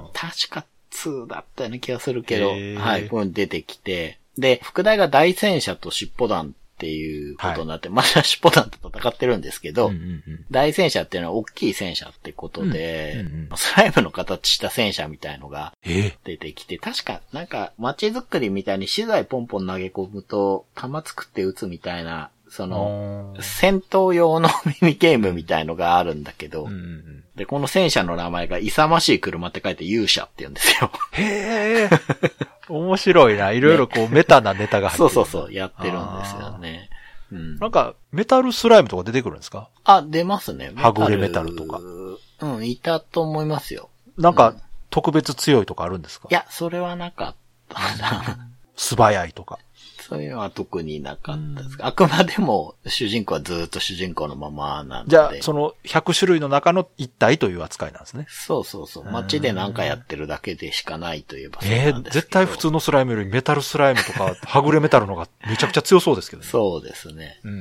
確かにだったような気がするけど、はい、これ出てきて、で、副題が大戦車と尻尾弾っていうことになって、はい、まだ尻尾弾と戦ってるんですけど、うんうんうん、大戦車っていうのは大きい戦車ってことで、うんうんうん、スライムの形した戦車みたいのが出てきて、確かなんか街づくりみたいに資材ポンポン投げ込むと弾作って撃つみたいな、その、戦闘用のミニゲームみたいのがあるんだけど、うんうん、で、この戦車の名前が勇ましい車って書いて勇者って言うんですよ。 へー。面白いな。いろいろこう、メタなネタが入ってる、 そうそうそう、やってるんですよね。 うん、なんか、メタルスライムとか出てくるんですか？ あ、出ますね。 はぐれメタルとか。 うん、いたと思いますよ。 なんか、うん、特別強いとかあるんですか？ いや、それはなかったな。 素早いとか。 そういうのは特になかったです。あくまでも主人公はずっと主人公のままなんで。 じゃあ、そのひゃくしゅるいの中の一体という扱いなんですね。 そうそうそう。街で何かやってるだけでしかないといえばそうなんですけど。 えー、絶対普通のスライムよりメタルスライムとか、はぐれメタルの方がめちゃくちゃ強そうですけどね。 そうですね。うん。うん、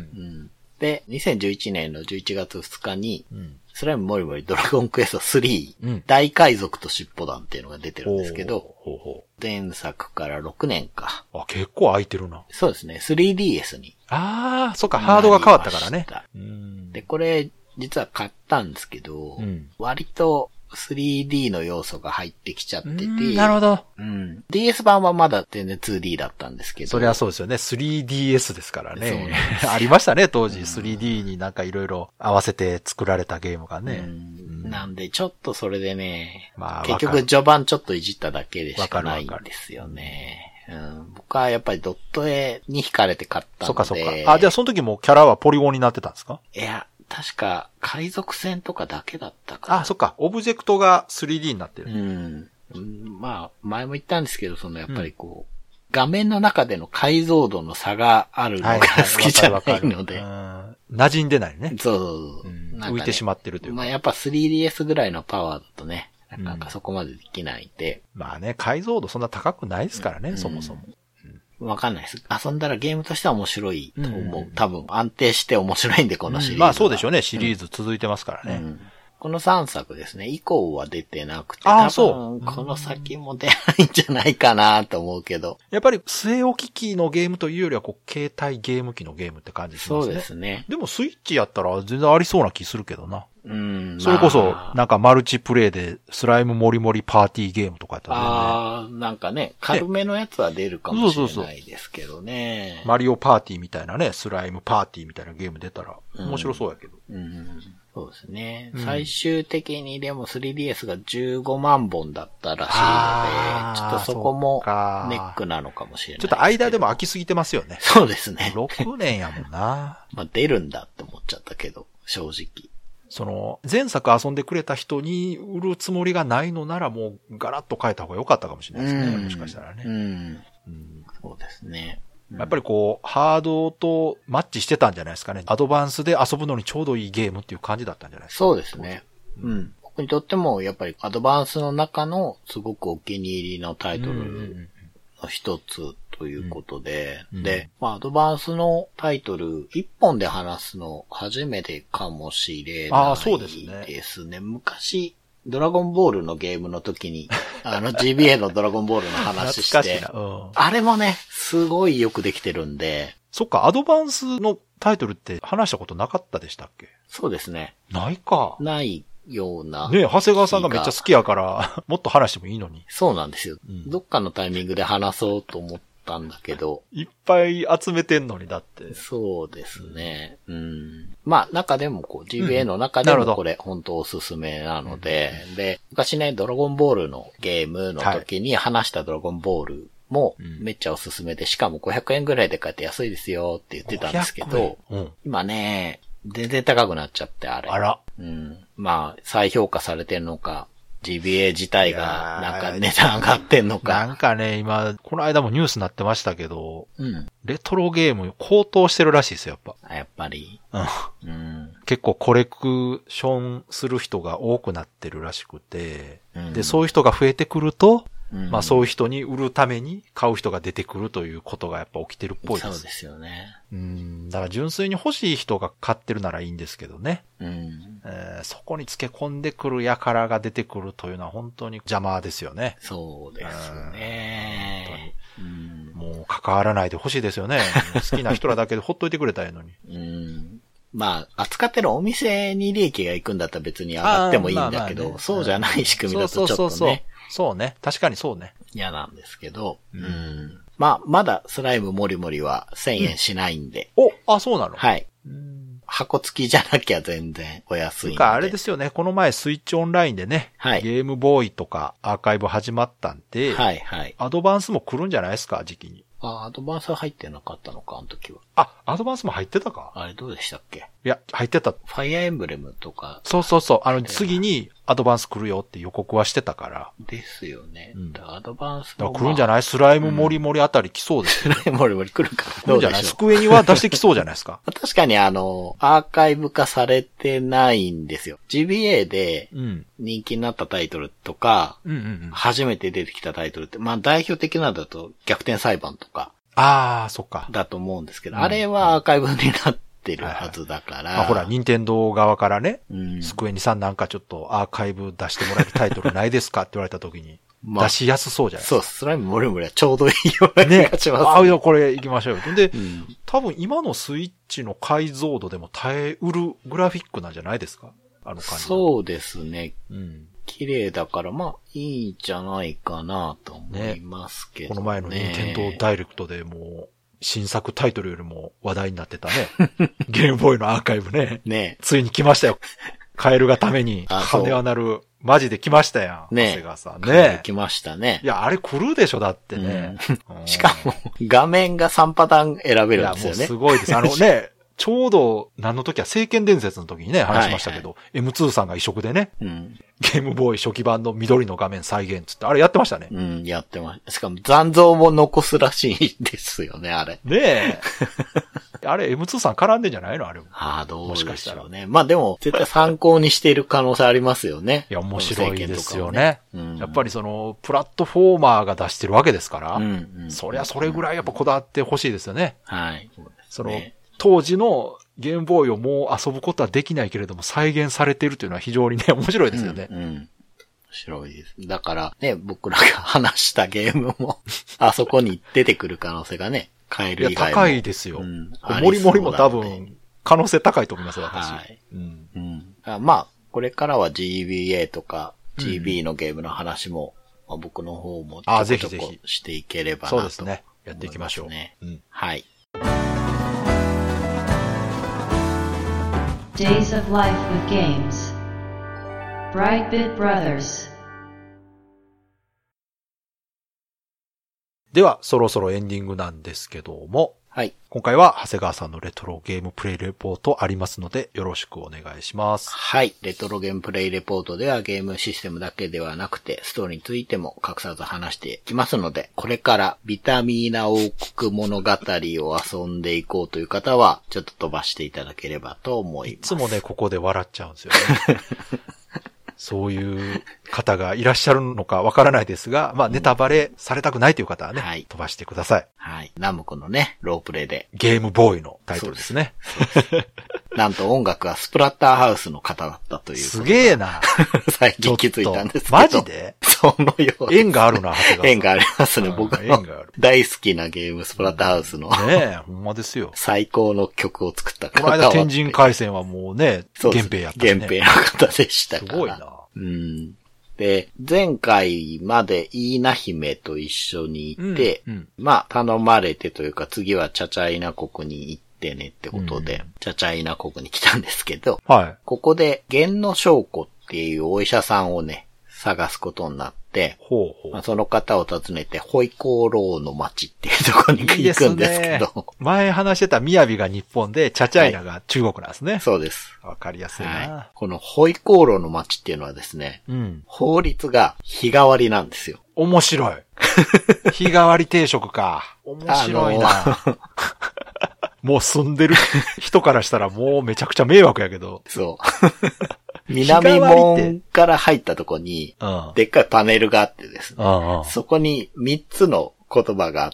で、にせんじゅういちねんのじゅういちがつふつかに、うん、スライムモリモリドラゴンクエストスリー、うん、大海賊と尻尾弾っていうのが出てるんですけど、ほうほう、前作からろくねんか。 あ、結構空いてるな。 そうですね。スリーディーエス に。 ああ、そっか、ハードが変わったからね。 うん、で、これ、実は買ったんですけど、うん、割と スリーディー の要素が入ってきちゃってて。 なるほど。 うん。ディーエス 版はまだ全然 ツーディー だったんですけど。 そりゃそうですよね。スリーディーエス ですからね。ありましたね、当時。スリーディー になんかいろいろ合わせて作られたゲームがね。 うん、なんで、ちょっとそれでね、まあ、結局序盤ちょっといじっただけでしかないんですよね。うん、僕はやっぱりドット絵に惹かれて買ったんで。 そっかそっか。あ、じゃあその時もキャラはポリゴンになってたんですか？ いや、確か海賊船とかだけだったかな。 あ、そっか。オブジェクトが スリーディー になってる。 うん。まあ、前も言ったんですけど、そのやっぱりこう、うん、画面の中での解像度の差があるのが好きじゃないので。 馴染んでないね。 そうそうそう、 うんね。浮いてしまってるというか。 まあやっぱ スリーディーエス ぐらいのパワーだとね、なんかそこまでできないんで。 うん、まあね、解像度そんな高くないですからね、うん、そもそも。 わかんないです。遊んだらゲームとしては面白いと思う。うん、多分安定して面白いんで、このシリーズ、うん。 まあそうでしょうね。シリーズ続いてますからね。うん、 このさんさくですね、以降は出てなくて、 あ、多分この先も出ないんじゃないかなと思うけど。 やっぱり据え置き機のゲームというよりは、こう、携帯ゲーム機のゲームって感じしますね。 そうですね。 でもスイッチやったら全然ありそうな気するけどな。 うん。 それこそ、なんかマルチプレイでスライムモリモリパーティーゲームとかやったらね。 ああ、なんかね、軽めのやつは出るかもしれないですけどね。そうそうそう。 マリオパーティーみたいなね、スライムパーティーみたいなゲーム出たら面白そうやけど。 うん。うんそうですね、うん。最終的にでも スリーディーエス がじゅうごまんぼんだったらしいので、ちょっとそこもネックなのかもしれない。 ちょっと間でも空きすぎてますよね。 そうですね。 ろくねんやもんな。 まあ出るんだって思っちゃったけど、正直。 その、前作遊んでくれた人に売るつもりがないのならもうガラッと変えた方が良かったかもしれないですね。もしかしたらね。 うん。うん、そうですね。 やっぱりこう、ハードとマッチしてたんじゃないですかね。アドバンスで遊ぶのにちょうどいいゲームっていう感じだったんじゃないですか。 そうですね。うん。僕にとっても、やっぱりアドバンスの中のすごくお気に入りのタイトルの一つということで、うんうん、で、まあ、アドバンスのタイトル一本で話すの初めてかもしれないですね。ああ、そうですね。ですね。昔、ドラゴンボールのゲームの時に、あの ジービーエー のドラゴンボールの話して、うん、あれもね、すごいよくできてるんで。 そっか、アドバンスのタイトルって話したことなかったでしたっけ？ そうですね。 ないか。 ないような。 ねえ、長谷川さんがめっちゃ好きやから、もっと話してもいいのに。 そうなんですよ。うん、どっかのタイミングで話そうと思ったんだけど。 いっぱい集めてんのにだって。 そうですね。うん。まあ、中でもこう、ジービーエー の中でもこれ、本当おすすめなので、うん、で、昔ね、ドラゴンボールのゲームの時に話したドラゴンボールもめっちゃおすすめで、しかもごひゃくえんぐらいで買えて安いですよって言ってたんですけど、うん、今ね、全然高くなっちゃって、あれ。 あら。 うん。まあ、再評価されてんのか、ジービーエー 自体がなんか値段上がってんのか。 なんかね、今、この間もニュースになってましたけど、うん、レトロゲーム高騰してるらしいですよ、やっぱ。やっぱり。 うん。結構コレクションする人が多くなってるらしくて、うん、で、そういう人が増えてくると、うん、まあそういう人に売るために買う人が出てくるということがやっぱ起きてるっぽいです。 そうですよね。 うん。だから純粋に欲しい人が買ってるならいいんですけどね。 うん。 えー、そこに付け込んでくる輩が出てくるというのは本当に邪魔ですよね。 そうですね。 うん、もう関わらないで欲しいですよね。好きな人らだけでほっといてくれたらいいのに。 うん。まあ、扱ってるお店に利益が行くんだったら別に上がってもいいんだけど、まあまあね、そうじゃない仕組みだとちょっとね。そうそうそうそう。 そうね。確かにそうね。 嫌なんですけど。うん。うん、まあ、まだスライムもりもりはせんえんしないんで。 うん、お、あ、そうなの？ はい。うん箱付きじゃなきゃ全然お安いんで。 か、あれですよね。この前スイッチオンラインでね。はい。ゲームボーイとかアーカイブ始まったんで。 はいはい。 アドバンスも来るんじゃないですか、時期に。 あ、アドバンスは入ってなかったのか、あの時は。 あ、アドバンスも入ってたか？ あれどうでしたっけ？ いや、入ってた。 ファイアーエンブレムとか。 そうそうそう。あの、次にアドバンス来るよって予告はしてたから。 ですよね。うん、アドバンスも、まあ、来るんじゃない？スライムモリモリあたり来そうですよ、 ね。スライムモリモリ来るか。 来るんじゃない？スクエニは出してきそうじゃないですか。 確かにあの、アーカイブ化されてないんですよ。ジービーエー で人気になったタイトルとか、うんうんうん、初めて出てきたタイトルって、まあ代表的なのだと逆転裁判とか。 ああ、そっか。 だと思うんですけど、うん、あれはアーカイブになってるはずだから。はいはい、 まあ、ほら、任天堂側からね、うん、スクエニさんなんかちょっとアーカイブ出してもらえるタイトルないですかって言われた時に、出しやすそうじゃないですか。 まあ、そう、スライムモリモリはちょうどいいような気がします、ね。 ね。あ、いや、これ行きましょうよ。で、うん、多分今のスイッチの解像度でも耐えうるグラフィックなんじゃないですか？あの感じ。 そうですね。うん。綺麗だから、まあ、いいんじゃないかなと思いますけどね。ね、 この前の任天堂ダイレクトでもう、新作タイトルよりも話題になってたね。ゲームボーイのアーカイブね。 ねついに来ましたよ。カエルがために金は鳴る。マジで来ましたやん。 ね長谷川さんね。 来ましたね。 いや、あれ来るでしょ、だってね。 うん、しかも、画面がさんパターン選べるんですよね。いや、もうすごいです。あのね、ちょうど、何の時は、聖剣伝説の時にね、話しましたけど、はいはい、エムツー さんが移植でね、うん、ゲームボーイ初期版の緑の画面再現つって、あれやってましたね。 うん、やってました。しかも残像も残すらしいですよね、あれ。 ねえ。あれ エムツー さん絡んでんじゃないのあれも。 ああ、どうでしょうね。もしかしたらね。まあでも、絶対参考にしている可能性ありますよね。 いや、面白いですよね。ねうん、やっぱりその、プラットフォーマーが出してるわけですから、うんうん、そりゃそれぐらいやっぱこだわってほしいですよね。 はい。 その、当時のゲームボーイをもう遊ぶことはできないけれども再現されているというのは非常にね、面白いですよね。 うん、うん。面白いです。だからね、僕らが話したゲームも、あそこに出てくる可能性がね、変える以外も。いや、 高いですよ。うん、モリモリも多分、可能性高いと思いますよ、私。はい。うん。 うん。 まあ、これからは ジービーエー とか ジービー のゲームの話も、うんまあ、僕の方もちょこちょこしていければなと、 そうですね。やっていきましょう。ねうん、はい。 Days of Life with Games Brightbit Brothers では、そろそろエンディングなんですけども、 はい。 今回は長谷川さんのレトロゲームプレイレポートありますので、よろしくお願いします。 はい。レトロゲームプレイレポートではゲームシステムだけではなくて、ストーリーについても隠さず話していきますので、これからビタミーナ王国物語を遊んでいこうという方は、ちょっと飛ばしていただければと思います。 いつもね、ここで笑っちゃうんですよね。そういう方がいらっしゃるのかわからないですが、まあネタバレされたくないという方はね、はい、飛ばしてください。 はい。ナムコのね、ロープレイで。 ゲームボーイのタイトルですね。 なんと音楽はスプラッターハウスの方だったという。 すげえな。 最近気づいたんですけど。 マジでそのよう縁があるな、長谷川さん。 縁がありますね、僕の大好きなゲームスプラッターハウスの。 ねえ、ほんまですよ。 最高の曲を作った方は。この間天神回戦はもうね、源平やったね。 源平の方でしたから。 すごいな。 うん。で、前回までイーナ姫と一緒にいて、うんうん、まあ頼まれてというか次はチャチャイナ国に行ってねってことで、うん、チャチャイナ国に来たんですけど、はい、ここで玄野翔子っていうお医者さんをね、探すことになって、ほうほうまあ、その方を訪ねて、ホイコーローの町っていうところに行くんですけど。いいですね、 前話してた雅が日本で、チャチャイナが中国なんですね。はい、 そうです。 わかりやすいな、はい。 このホイコーローの町っていうのはですね、うん、法律が日替わりなんですよ。 面白い。日替わり定食か。面白いな。もう住んでる人からしたらもうめちゃくちゃ迷惑やけど。 そう。南門から入ったとこに、でっかいパネルがあってですね、うんうん、そこにみっつの言葉があって、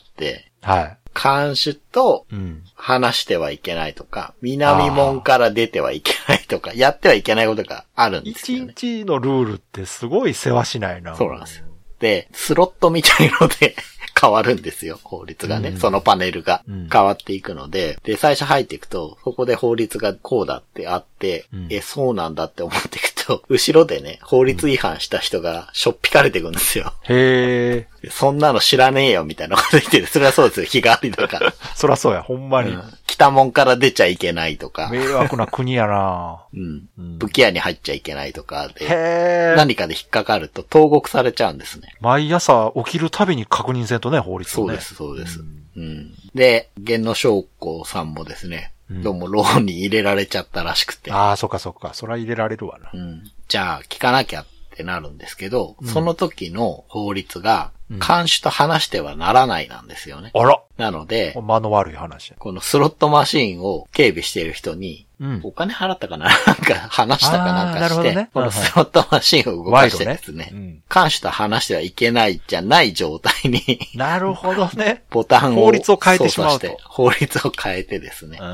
はい、看守と話してはいけないとか、南門から出てはいけないとか、やってはいけないことがあるんですよね。 一日のルールってすごい世話しないな。 そうなんですよ。で、スロットみたいので変わるんですよ、法律がね。うん、そのパネルが変わっていくので、うん、で、最初入っていくと、そこで法律がこうだってあって、うん、え、そうなんだって思っていくと、後ろでね、法律違反した人がしょっぴかれていくんですよ。 へー。 そんなの知らねえよみたいなこと言ってる。それはそうですよ、日替わりだから。 そりゃそうや、ほんまに。うん、 北門から出ちゃいけないとか。 迷惑な国やなうん。うん、武器屋に入っちゃいけないとかで。へー。何かで引っかかると投獄されちゃうんですね。 毎朝起きるたびに確認せんとね、法律をね。 そうです、そうです。うん。うん、で、玄野翔子さんもですね、うん、どうもローンに入れられちゃったらしくて。 ああ、そっかそっか。そりゃ入れられるわな。 うん。じゃあ、聞かなきゃってなるんですけど、うん、その時の法律が、看守と話してはならないなんですよね。 あら。 なので、 間の悪い話。 このスロットマシーンを警備している人に、うん、お金払ったかななんか話したかなんかして、ね、このスロットマシーンを動かしてですね、ねうん、看守と話してはいけないじゃない状態になるほどね。 ボタンを法律を変えてしまうと。 法律を変えてですね、うん、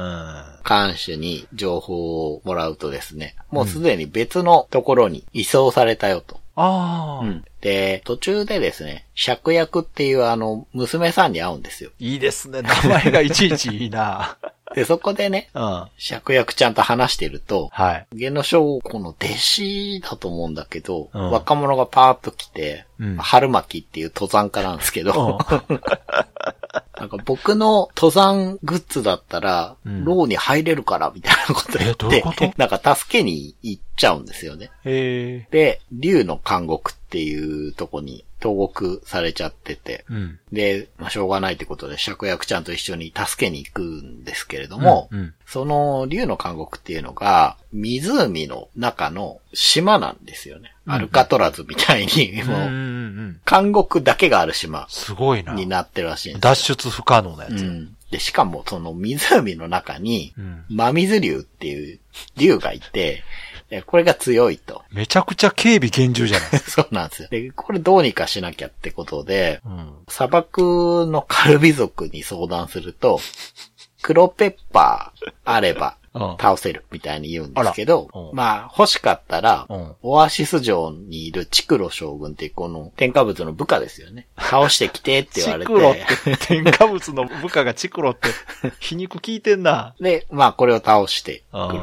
看守に情報をもらうとですね、もうすでに別のところに移送されたよと。 ああ、うん。 で、途中でですね、芍薬っていうあの、娘さんに会うんですよ。 いいですね。名前がいちいちいいな。 で、そこでね、うん、芍薬ちゃんと話してると、はい。玄野翔子の弟子だと思うんだけど、うん、若者がパーッと来て、うん、春巻っていう登山家なんですけど、うん、なんか僕の登山グッズだったら、うん、牢に入れるからみたいなこと言って、え、どういうこと？なんか助けに行っちゃうんですよね。へー。で、竜の監獄っていうとこに投獄されちゃってて、うん、で、まあ、しょうがないってことで芍薬ちゃんと一緒に助けに行くんですけれども、うんうん、その竜の監獄っていうのが湖の中の島なんですよね。うん、アルカトラズみたいに、もう、監獄だけがある島すごいなになってるらしいんですよ。 脱出不可能なやつ。 うんで、しかもその湖の中に、真水竜っていう竜がいて、これが強いと。 めちゃくちゃ警備厳重じゃないですか。そうなんですよ。で、これどうにかしなきゃってことで、うん、砂漠のカルビ族に相談すると、黒ペッパーあれば倒せるみたいに言うんですけど、うん、まあ欲しかったら、うん、オアシス城にいるチクロ将軍っていうこの添加物の部下ですよね。倒してきてって言われて。 チクロって添加物の部下がチクロって皮肉効いてんな。 で、まあこれを倒してくると。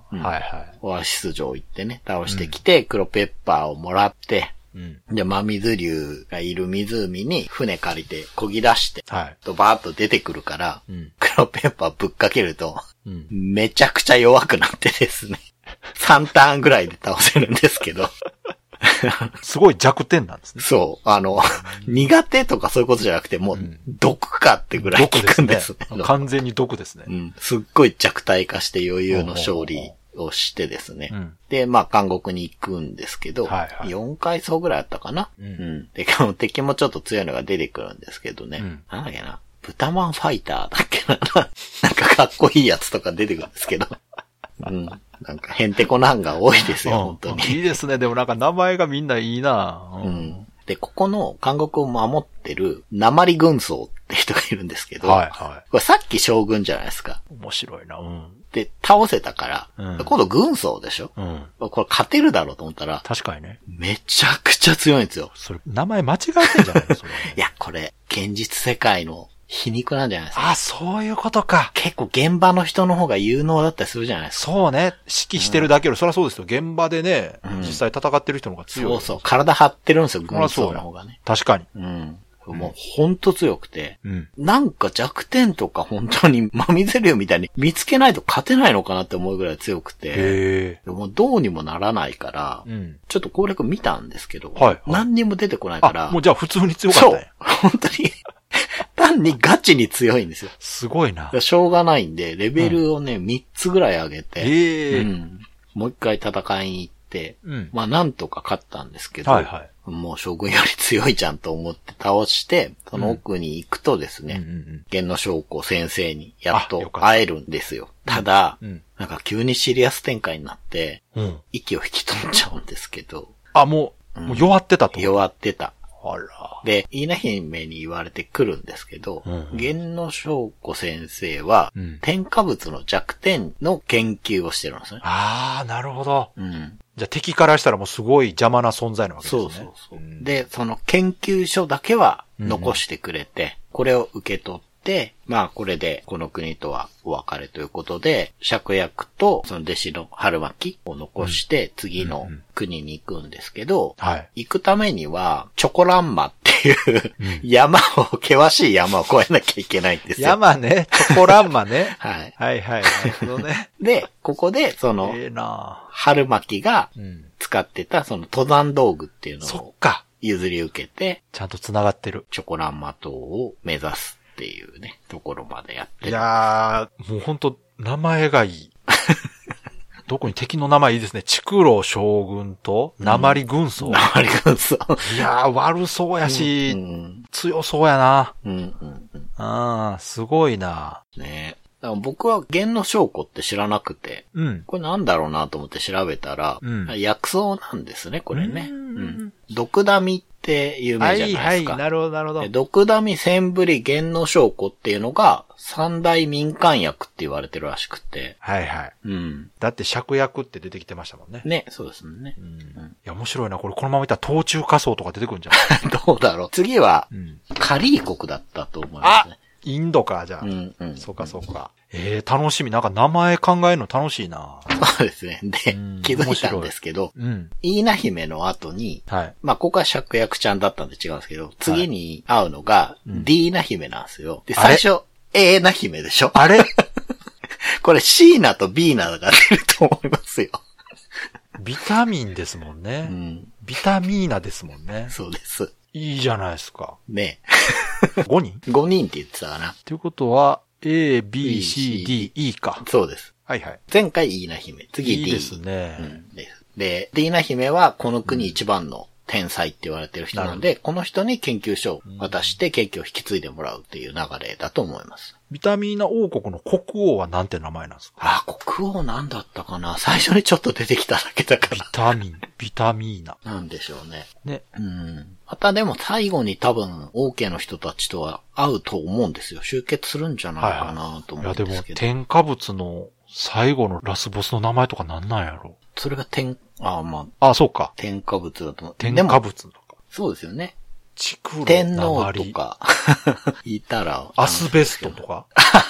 うん、はいはい。オアシス城行ってね、倒してきて、うん、黒ペッパーをもらって、うん、で、真水竜がいる湖に船借りて漕ぎ出して、はい、とバーッと出てくるから、うん、黒ペッパーぶっかけると、うん、めちゃくちゃ弱くなってですね、さんターンぐらいで倒せるんですけど、 すごい弱点なんですね。 そう。あの、苦手とかそういうことじゃなくて、もう、毒かってぐらい効くんですね。 ですね完全に毒ですね。 うん。すっごい弱体化して余裕の勝利をしてですね。うん、で、まあ、監獄に行くんですけど、はいはい、よんかいそうぐらいあったかな。うん。うん、で、敵もちょっと強いのが出てくるんですけどね。うん、なんだっけな。豚マンファイターだっけな。なんかかっこいいやつとか出てくるんですけど。うん。なんか、へんてこなんが多いですよ、うん、本当に。 いいですね。でもなんか名前がみんないいな、 うん、うん。で、ここの監獄を守ってる、鉛軍曹って人がいるんですけど、はいはい。これさっき将軍じゃないですか。 面白いな、うん。 で、倒せたから、うん、今度軍曹でしょ、うん、これ勝てるだろうと思ったら、 確かにね。 めちゃくちゃ強いんですよ。 それ、名前間違えてんじゃないのそれ。 いや、これ、現実世界の、皮肉なんじゃないですか。 あ、そういうことか。 結構現場の人の方が有能だったりするじゃないですか。 そうね。指揮してるだけより、うん、そりゃそうですよ。現場でね、うん、実際戦ってる人の方が強い。 そうそう。体張ってるんですよ、軍曹の方がね。 確かに。 うん。もうほんと強くて、うん、なんか弱点とか本当に真水竜みたいに見つけないと勝てないのかなって思うぐらい強くて、へー、もうどうにもならないから、うん、ちょっと攻略見たんですけど、はいはい、何にも出てこないから、 もうじゃあ普通に強かったね。 そう、本当に。単にガチに強いんですよ。 すごいな。 しょうがないんで、レベルをね、うん、みっつぐらい上げて、うん、もう一回戦いに行って、うん、まあなんとか勝ったんですけど、はいはい、もう将軍より強いじゃんと思って倒して、その奥に行くとですね、源之丞子先生にやっと会えるんですよ。ただ、うん、なんか急にシリアス展開になって、うん、息を引き取っちゃうんですけど。 あ、もう、うん、もう弱ってたと。 弱ってた。 あら。 で、イナ姫に言われてくるんですけど、うん、源之丞子先生は、うん、添加物の弱点の研究をしてるんですね。 ああ、なるほど。うん。じゃあ敵からしたらもうすごい邪魔な存在なわけですね。 そうそうそう。うん、で、その研究所だけは残してくれて、うん、これを受け取って、まあこれでこの国とはお別れということで、芍薬とその弟子の春巻を残して次の国に行くんですけど、うんうんうん、行くためにはチョコランマっていう山を、険しい山を越えなきゃいけないんですよ。 山ね、チョコランマね。はい。はいはい。なるほどね。 で、ここでその、えー、な春巻が使ってたその登山道具っていうのを譲り受けて、 ちゃんと繋がってる。 チョコランマ島を目指す。っていうね、ところまでやってる。 いやー、もうほんと、名前がいい。どこに敵の名前いいですね。竹郎将軍と、鉛軍曹。 鉛軍曹。 いやー、悪そうやし、うんうん、強そうやな。うんうんうん、あー、すごいな。 ねだから僕は源之丞子って知らなくて、うん、これなんだろうなと思って調べたら、うん、薬草なんですね、これね。うん、毒ダミって有名じゃないですか。はいはい、 なるほどなるほど。 毒ダミ、センブリ、源之丞子っていうのが三大民間薬って言われてるらしくて。 はいはい。うん。だって芍薬って出てきてましたもんね。 ね、そうですね。うん。 いや、面白いな。これこのままいったら冬虫夏草とか出てくるんじゃないどうだろう。次は、うん、カリー国だったと思いますね。 あ、インドか、じゃあ。うんうん。そうかそうか。ええー、楽しみ。なんか名前考えるの楽しいな。 そうですね。で、気づいたんですけど、うん。イーナ姫の後に、はい。まあ、ここは芍薬ちゃんだったんで違うんですけど、次に会うのが、ディーナ姫なんですよ。で、最初、エーナ姫でしょ？ あれこれ、シーナとビーナが出ると思いますよ。 ビタミンですもんね。うん。ビタミーナですもんね。 そうです。 いいじゃないですか。 ねえ。ごにん ? ご 人って言ってたかな。 ということは、A, B, C, D, E か。 そうです。 はいはい。 前回イーナ姫。次 D。 いいですね。うん、 で、で、ディーナ姫はこの国一番の天才って言われてる人なので、うん、この人に研究所を渡して研究を引き継いでもらうっていう流れだと思います。 ビタミーナ王国の国王はなんて名前なんですか？ あ、国王なんだったかな？最初にちょっと出てきただけだから。 ビタミン、ビタミーナ。 なんでしょうね。ね。うん。またでも最後に多分、王家の人たちとは会うと思うんですよ。集結するんじゃないかなと思うんですけど。はいはい、いやでも、 添加物の最後のラスボスの名前とかなんなんやろ？ それが添、あ、まあ。あ、そうか。 添加物だと思う。 添加物とか。 そうですよね。 チクロ、 天皇とか、いたら。 アスベストとか。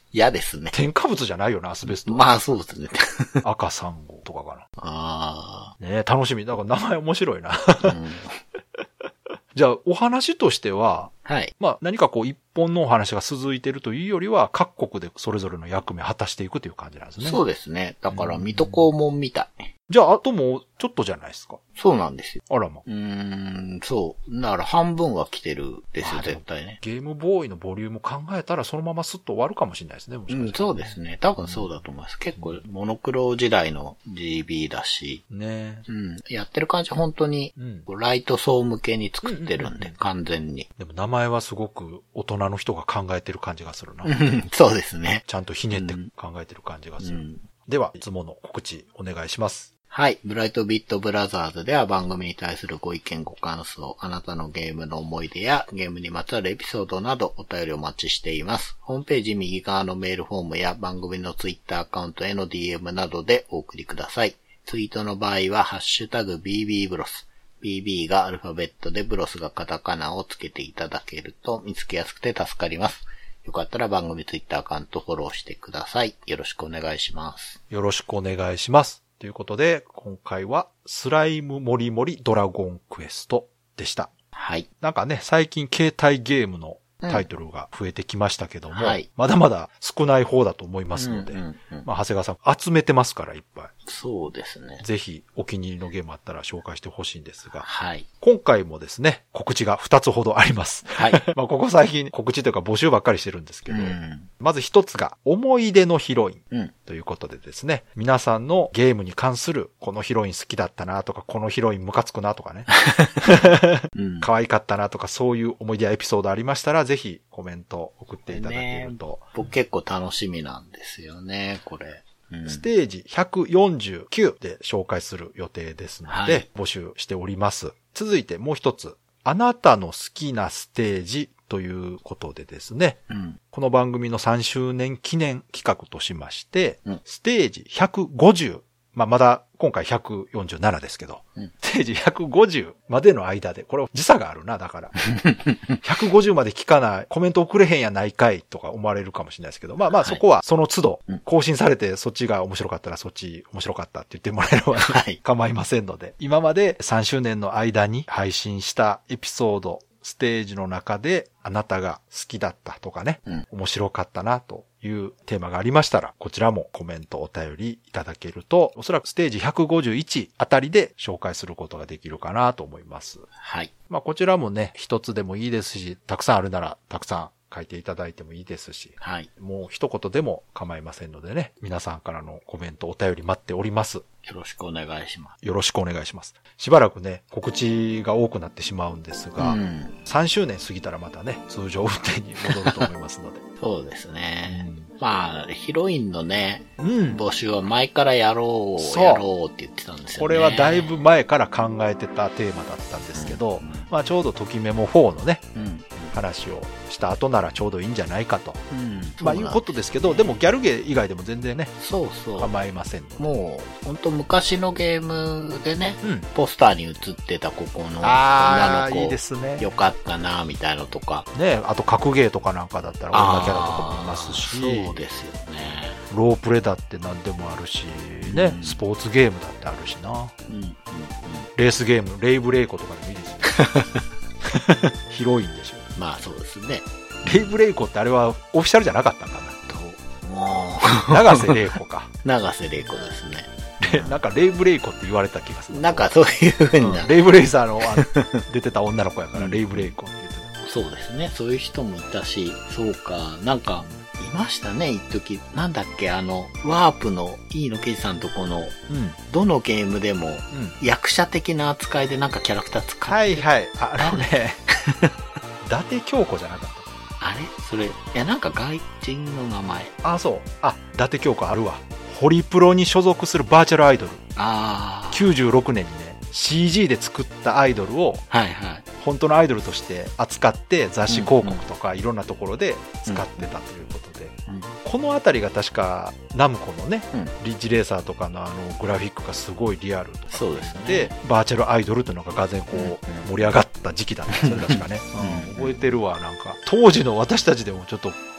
嫌ですね。 添加物じゃないよな、アスベスト。 まあそうですね。 赤サンゴとかかな。 ああ。ねえ、楽しみ。だから名前面白いな。うんじゃあ、お話としては、 はい。 まあ、何かこう、一本のお話が続いているというよりは、各国でそれぞれの役目を果たしていくという感じなんですね。 そうですね。だから、水戸黄門みたい。 じゃあ、あともうちょっとじゃないですか。 そうなんですよ。 あらま。 うーん、そう。だから半分は来てるですよ、絶対ね。 ゲームボーイのボリューム考えたらそのままスッと終わるかもしれないですね、もしかしたら。 うん、そうですね。多分そうだと思います。うん、結構、モノクロ時代の ジービー だし。 ねうん。やってる感じ本当に、うん、ライト層向けに作ってるんで、うんうんうん、完全に。 でも名前はすごく大人の人が考えてる感じがするな。 そうですね。 ちゃんとひねって考えてる感じがする。うんうん、では、いつもの告知お願いします。 はい。ブライトビットブラザーズでは番組に対するご意見ご感想、あなたのゲームの思い出やゲームにまつわるエピソードなどお便りお待ちしています。ホームページ右側のメールフォームや番組のツイッターアカウントへの ディーエム などでお送りください。ツイートの場合はハッシュタグ ビービー ブロス。ビービー がアルファベットでブロスがカタカナをつけていただけると見つけやすくて助かります。よかったら番組ツイッターアカウントフォローしてください。よろしくお願いします。 よろしくお願いします。ということで、今回はスライムもりもりドラゴンクエストでした。 はい。 なんかね、最近携帯ゲームのタイトルが増えてきましたけども、うんはい、まだまだ少ない方だと思いますので、うんうんうん、まあ、長谷川さん集めてますからいっぱい。 そうですね。 ぜひお気に入りのゲームあったら紹介してほしいんですが、 はい。 今回もですね、告知がふたつほどあります。 はい。 まあここ最近告知というか募集ばっかりしてるんですけど、うん、まず一つが思い出のヒロインということでですね、うん、皆さんのゲームに関するこのヒロイン好きだったなとか、このヒロインムカつくなとかね、うん、可愛かったなとかそういう思い出やエピソードありましたらぜひコメント送っていただけると、ね、 僕結構楽しみなんですよね、これ。 うん、ステージひゃくよんじゅうきゅうで紹介する予定ですので、はい、募集しております。続いてもう一つ、あなたの好きなステージということでですね、うん、この番組のさんしゅうねん記念企画としまして、うん、ステージひゃくごじゅう、まあ、まだ今回ひゃくよんじゅうななですけど、うん、ステージひゃくごじゅうまでの間で、これ時差があるな、だから。ひゃくごじゅうまで聞かない、コメント送れへんやないかいとか思われるかもしれないですけど、まあまあそこはその都度更新されて、そっちが面白かったらそっち面白かったって言ってもらえれば、はい、構いませんので、今までさんしゅうねんの間に配信したエピソード、ステージの中であなたが好きだったとかね、うん、面白かったなというテーマがありましたら、こちらもコメントお便りいただけると、おそらくステージひゃくごじゅういちあたりで紹介することができるかなと思います。 はい。 まあこちらもね、一つでもいいですし、たくさんあるならたくさん書いていただいてもいいですし、 はい。 もう一言でも構いませんのでね、皆さんからのコメントお便り待っております。 よろしくお願いします。 よろしくお願いします。しばらくね、告知が多くなってしまうんですが、うん、さんしゅうねん過ぎたらまたね、通常運転に戻ると思いますので。 そうですね。うん、まあ、ヒロインのね、うん、募集は前からやろう、やろうって言ってたんですよね。 これはだいぶ前から考えてたテーマだったんですけど、うん、まあちょうどときメモフォーのね、うん話をした後ならちょうどいいんじゃないかと、うん、まあいうことですけど、でもギャルゲー以外でも全然ね、 そうそう構いませんので、 もう本当昔のゲームでね、うん、ポスターに映ってたここの女の子、 いいですね、 よかったなみたいなのとかね、あと格ゲーとかなんかだったら女キャラとかもいますし、 そうですよね、 ロープレだって何でもあるしね、うん、スポーツゲームだってあるしな、うんうんうん、レースゲームレイブレイコとかでもいいですよヒロインでしょ。 まあそうですね。 レイブレイコってあれはオフィシャルじゃなかったんかなと。もう長瀬玲子か。 長瀬玲子ですね。なんかレイブレイコって言われた気がする。 なんかそういうふうな、 うん、レイブレイザーの出てた女の子やからレイブレイコって言ってた。そうですね。そういう人もいたし、そうか、なんかいましたね、一時。なんだっけ、あの、ワープの飯野圭さんとこの、うん、どのゲームでも、うん、役者的な扱いでなんかキャラクター使って。 はいはい。あれね。伊達京子じゃなかった。 あれそれ、いやなんか外人の名前。 あ、そう。あ、伊達京子あるわ。ホリプロに所属するバーチャルアイドル。 ああ。 きゅうじゅうろくねんにね、シージー で作ったアイドルを、 はいはい。 本当のアイドルとして扱って雑誌広告とかいろんなところで使ってたということで、うんうん、このあたりが確かナムコのね、うん、リッジレーサーとかのあのグラフィックがすごいリアルとかで、 そうですね、 バーチャルアイドルというのががぜんこう盛り上がった時期だったんですよね、確かね、うん、覚えてるわ。なんか当時の私たちでもちょっと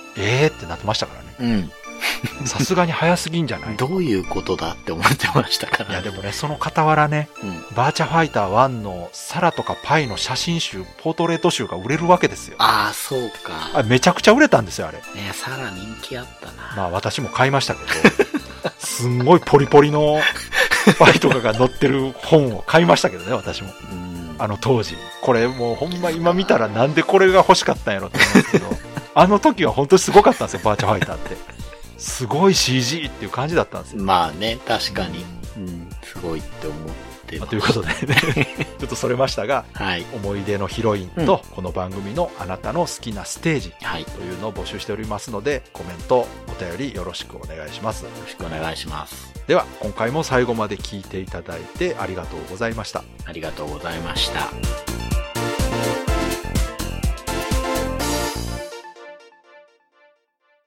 えーってなってましたからね。うん。さすがに早すぎんじゃない？ どういうことだって思ってましたから、ね。 いやでもね、その傍らね、うん、バーチャファイターワンのサラとかパイの写真集、ポートレート集が売れるわけですよ。 ああ、そうか。 あれめちゃくちゃ売れたんですよ、あれ。ねサラ人気あったな。 まあ私も買いましたけど、すんごいポリポリのパイとかが載ってる本を買いましたけどね、私も。うんあの当時。これもうほんま今見たらなんでこれが欲しかったんやろって思うんですけど、あの時は本当にすごかったんですよ、バーチャファイターって。すごい シージー っていう感じだったんですよ。 まあね、確かに。うん、すごいって思ってます。 ということでね、ちょっとそれましたが、はい、思い出のヒロインと、この番組のあなたの好きなステージというのを募集しておりますので、コメント、お便りよろしくお願いします。よろしくお願いします。 では、今回も最後まで聞いていただいてありがとうございました。 ありがとうございました。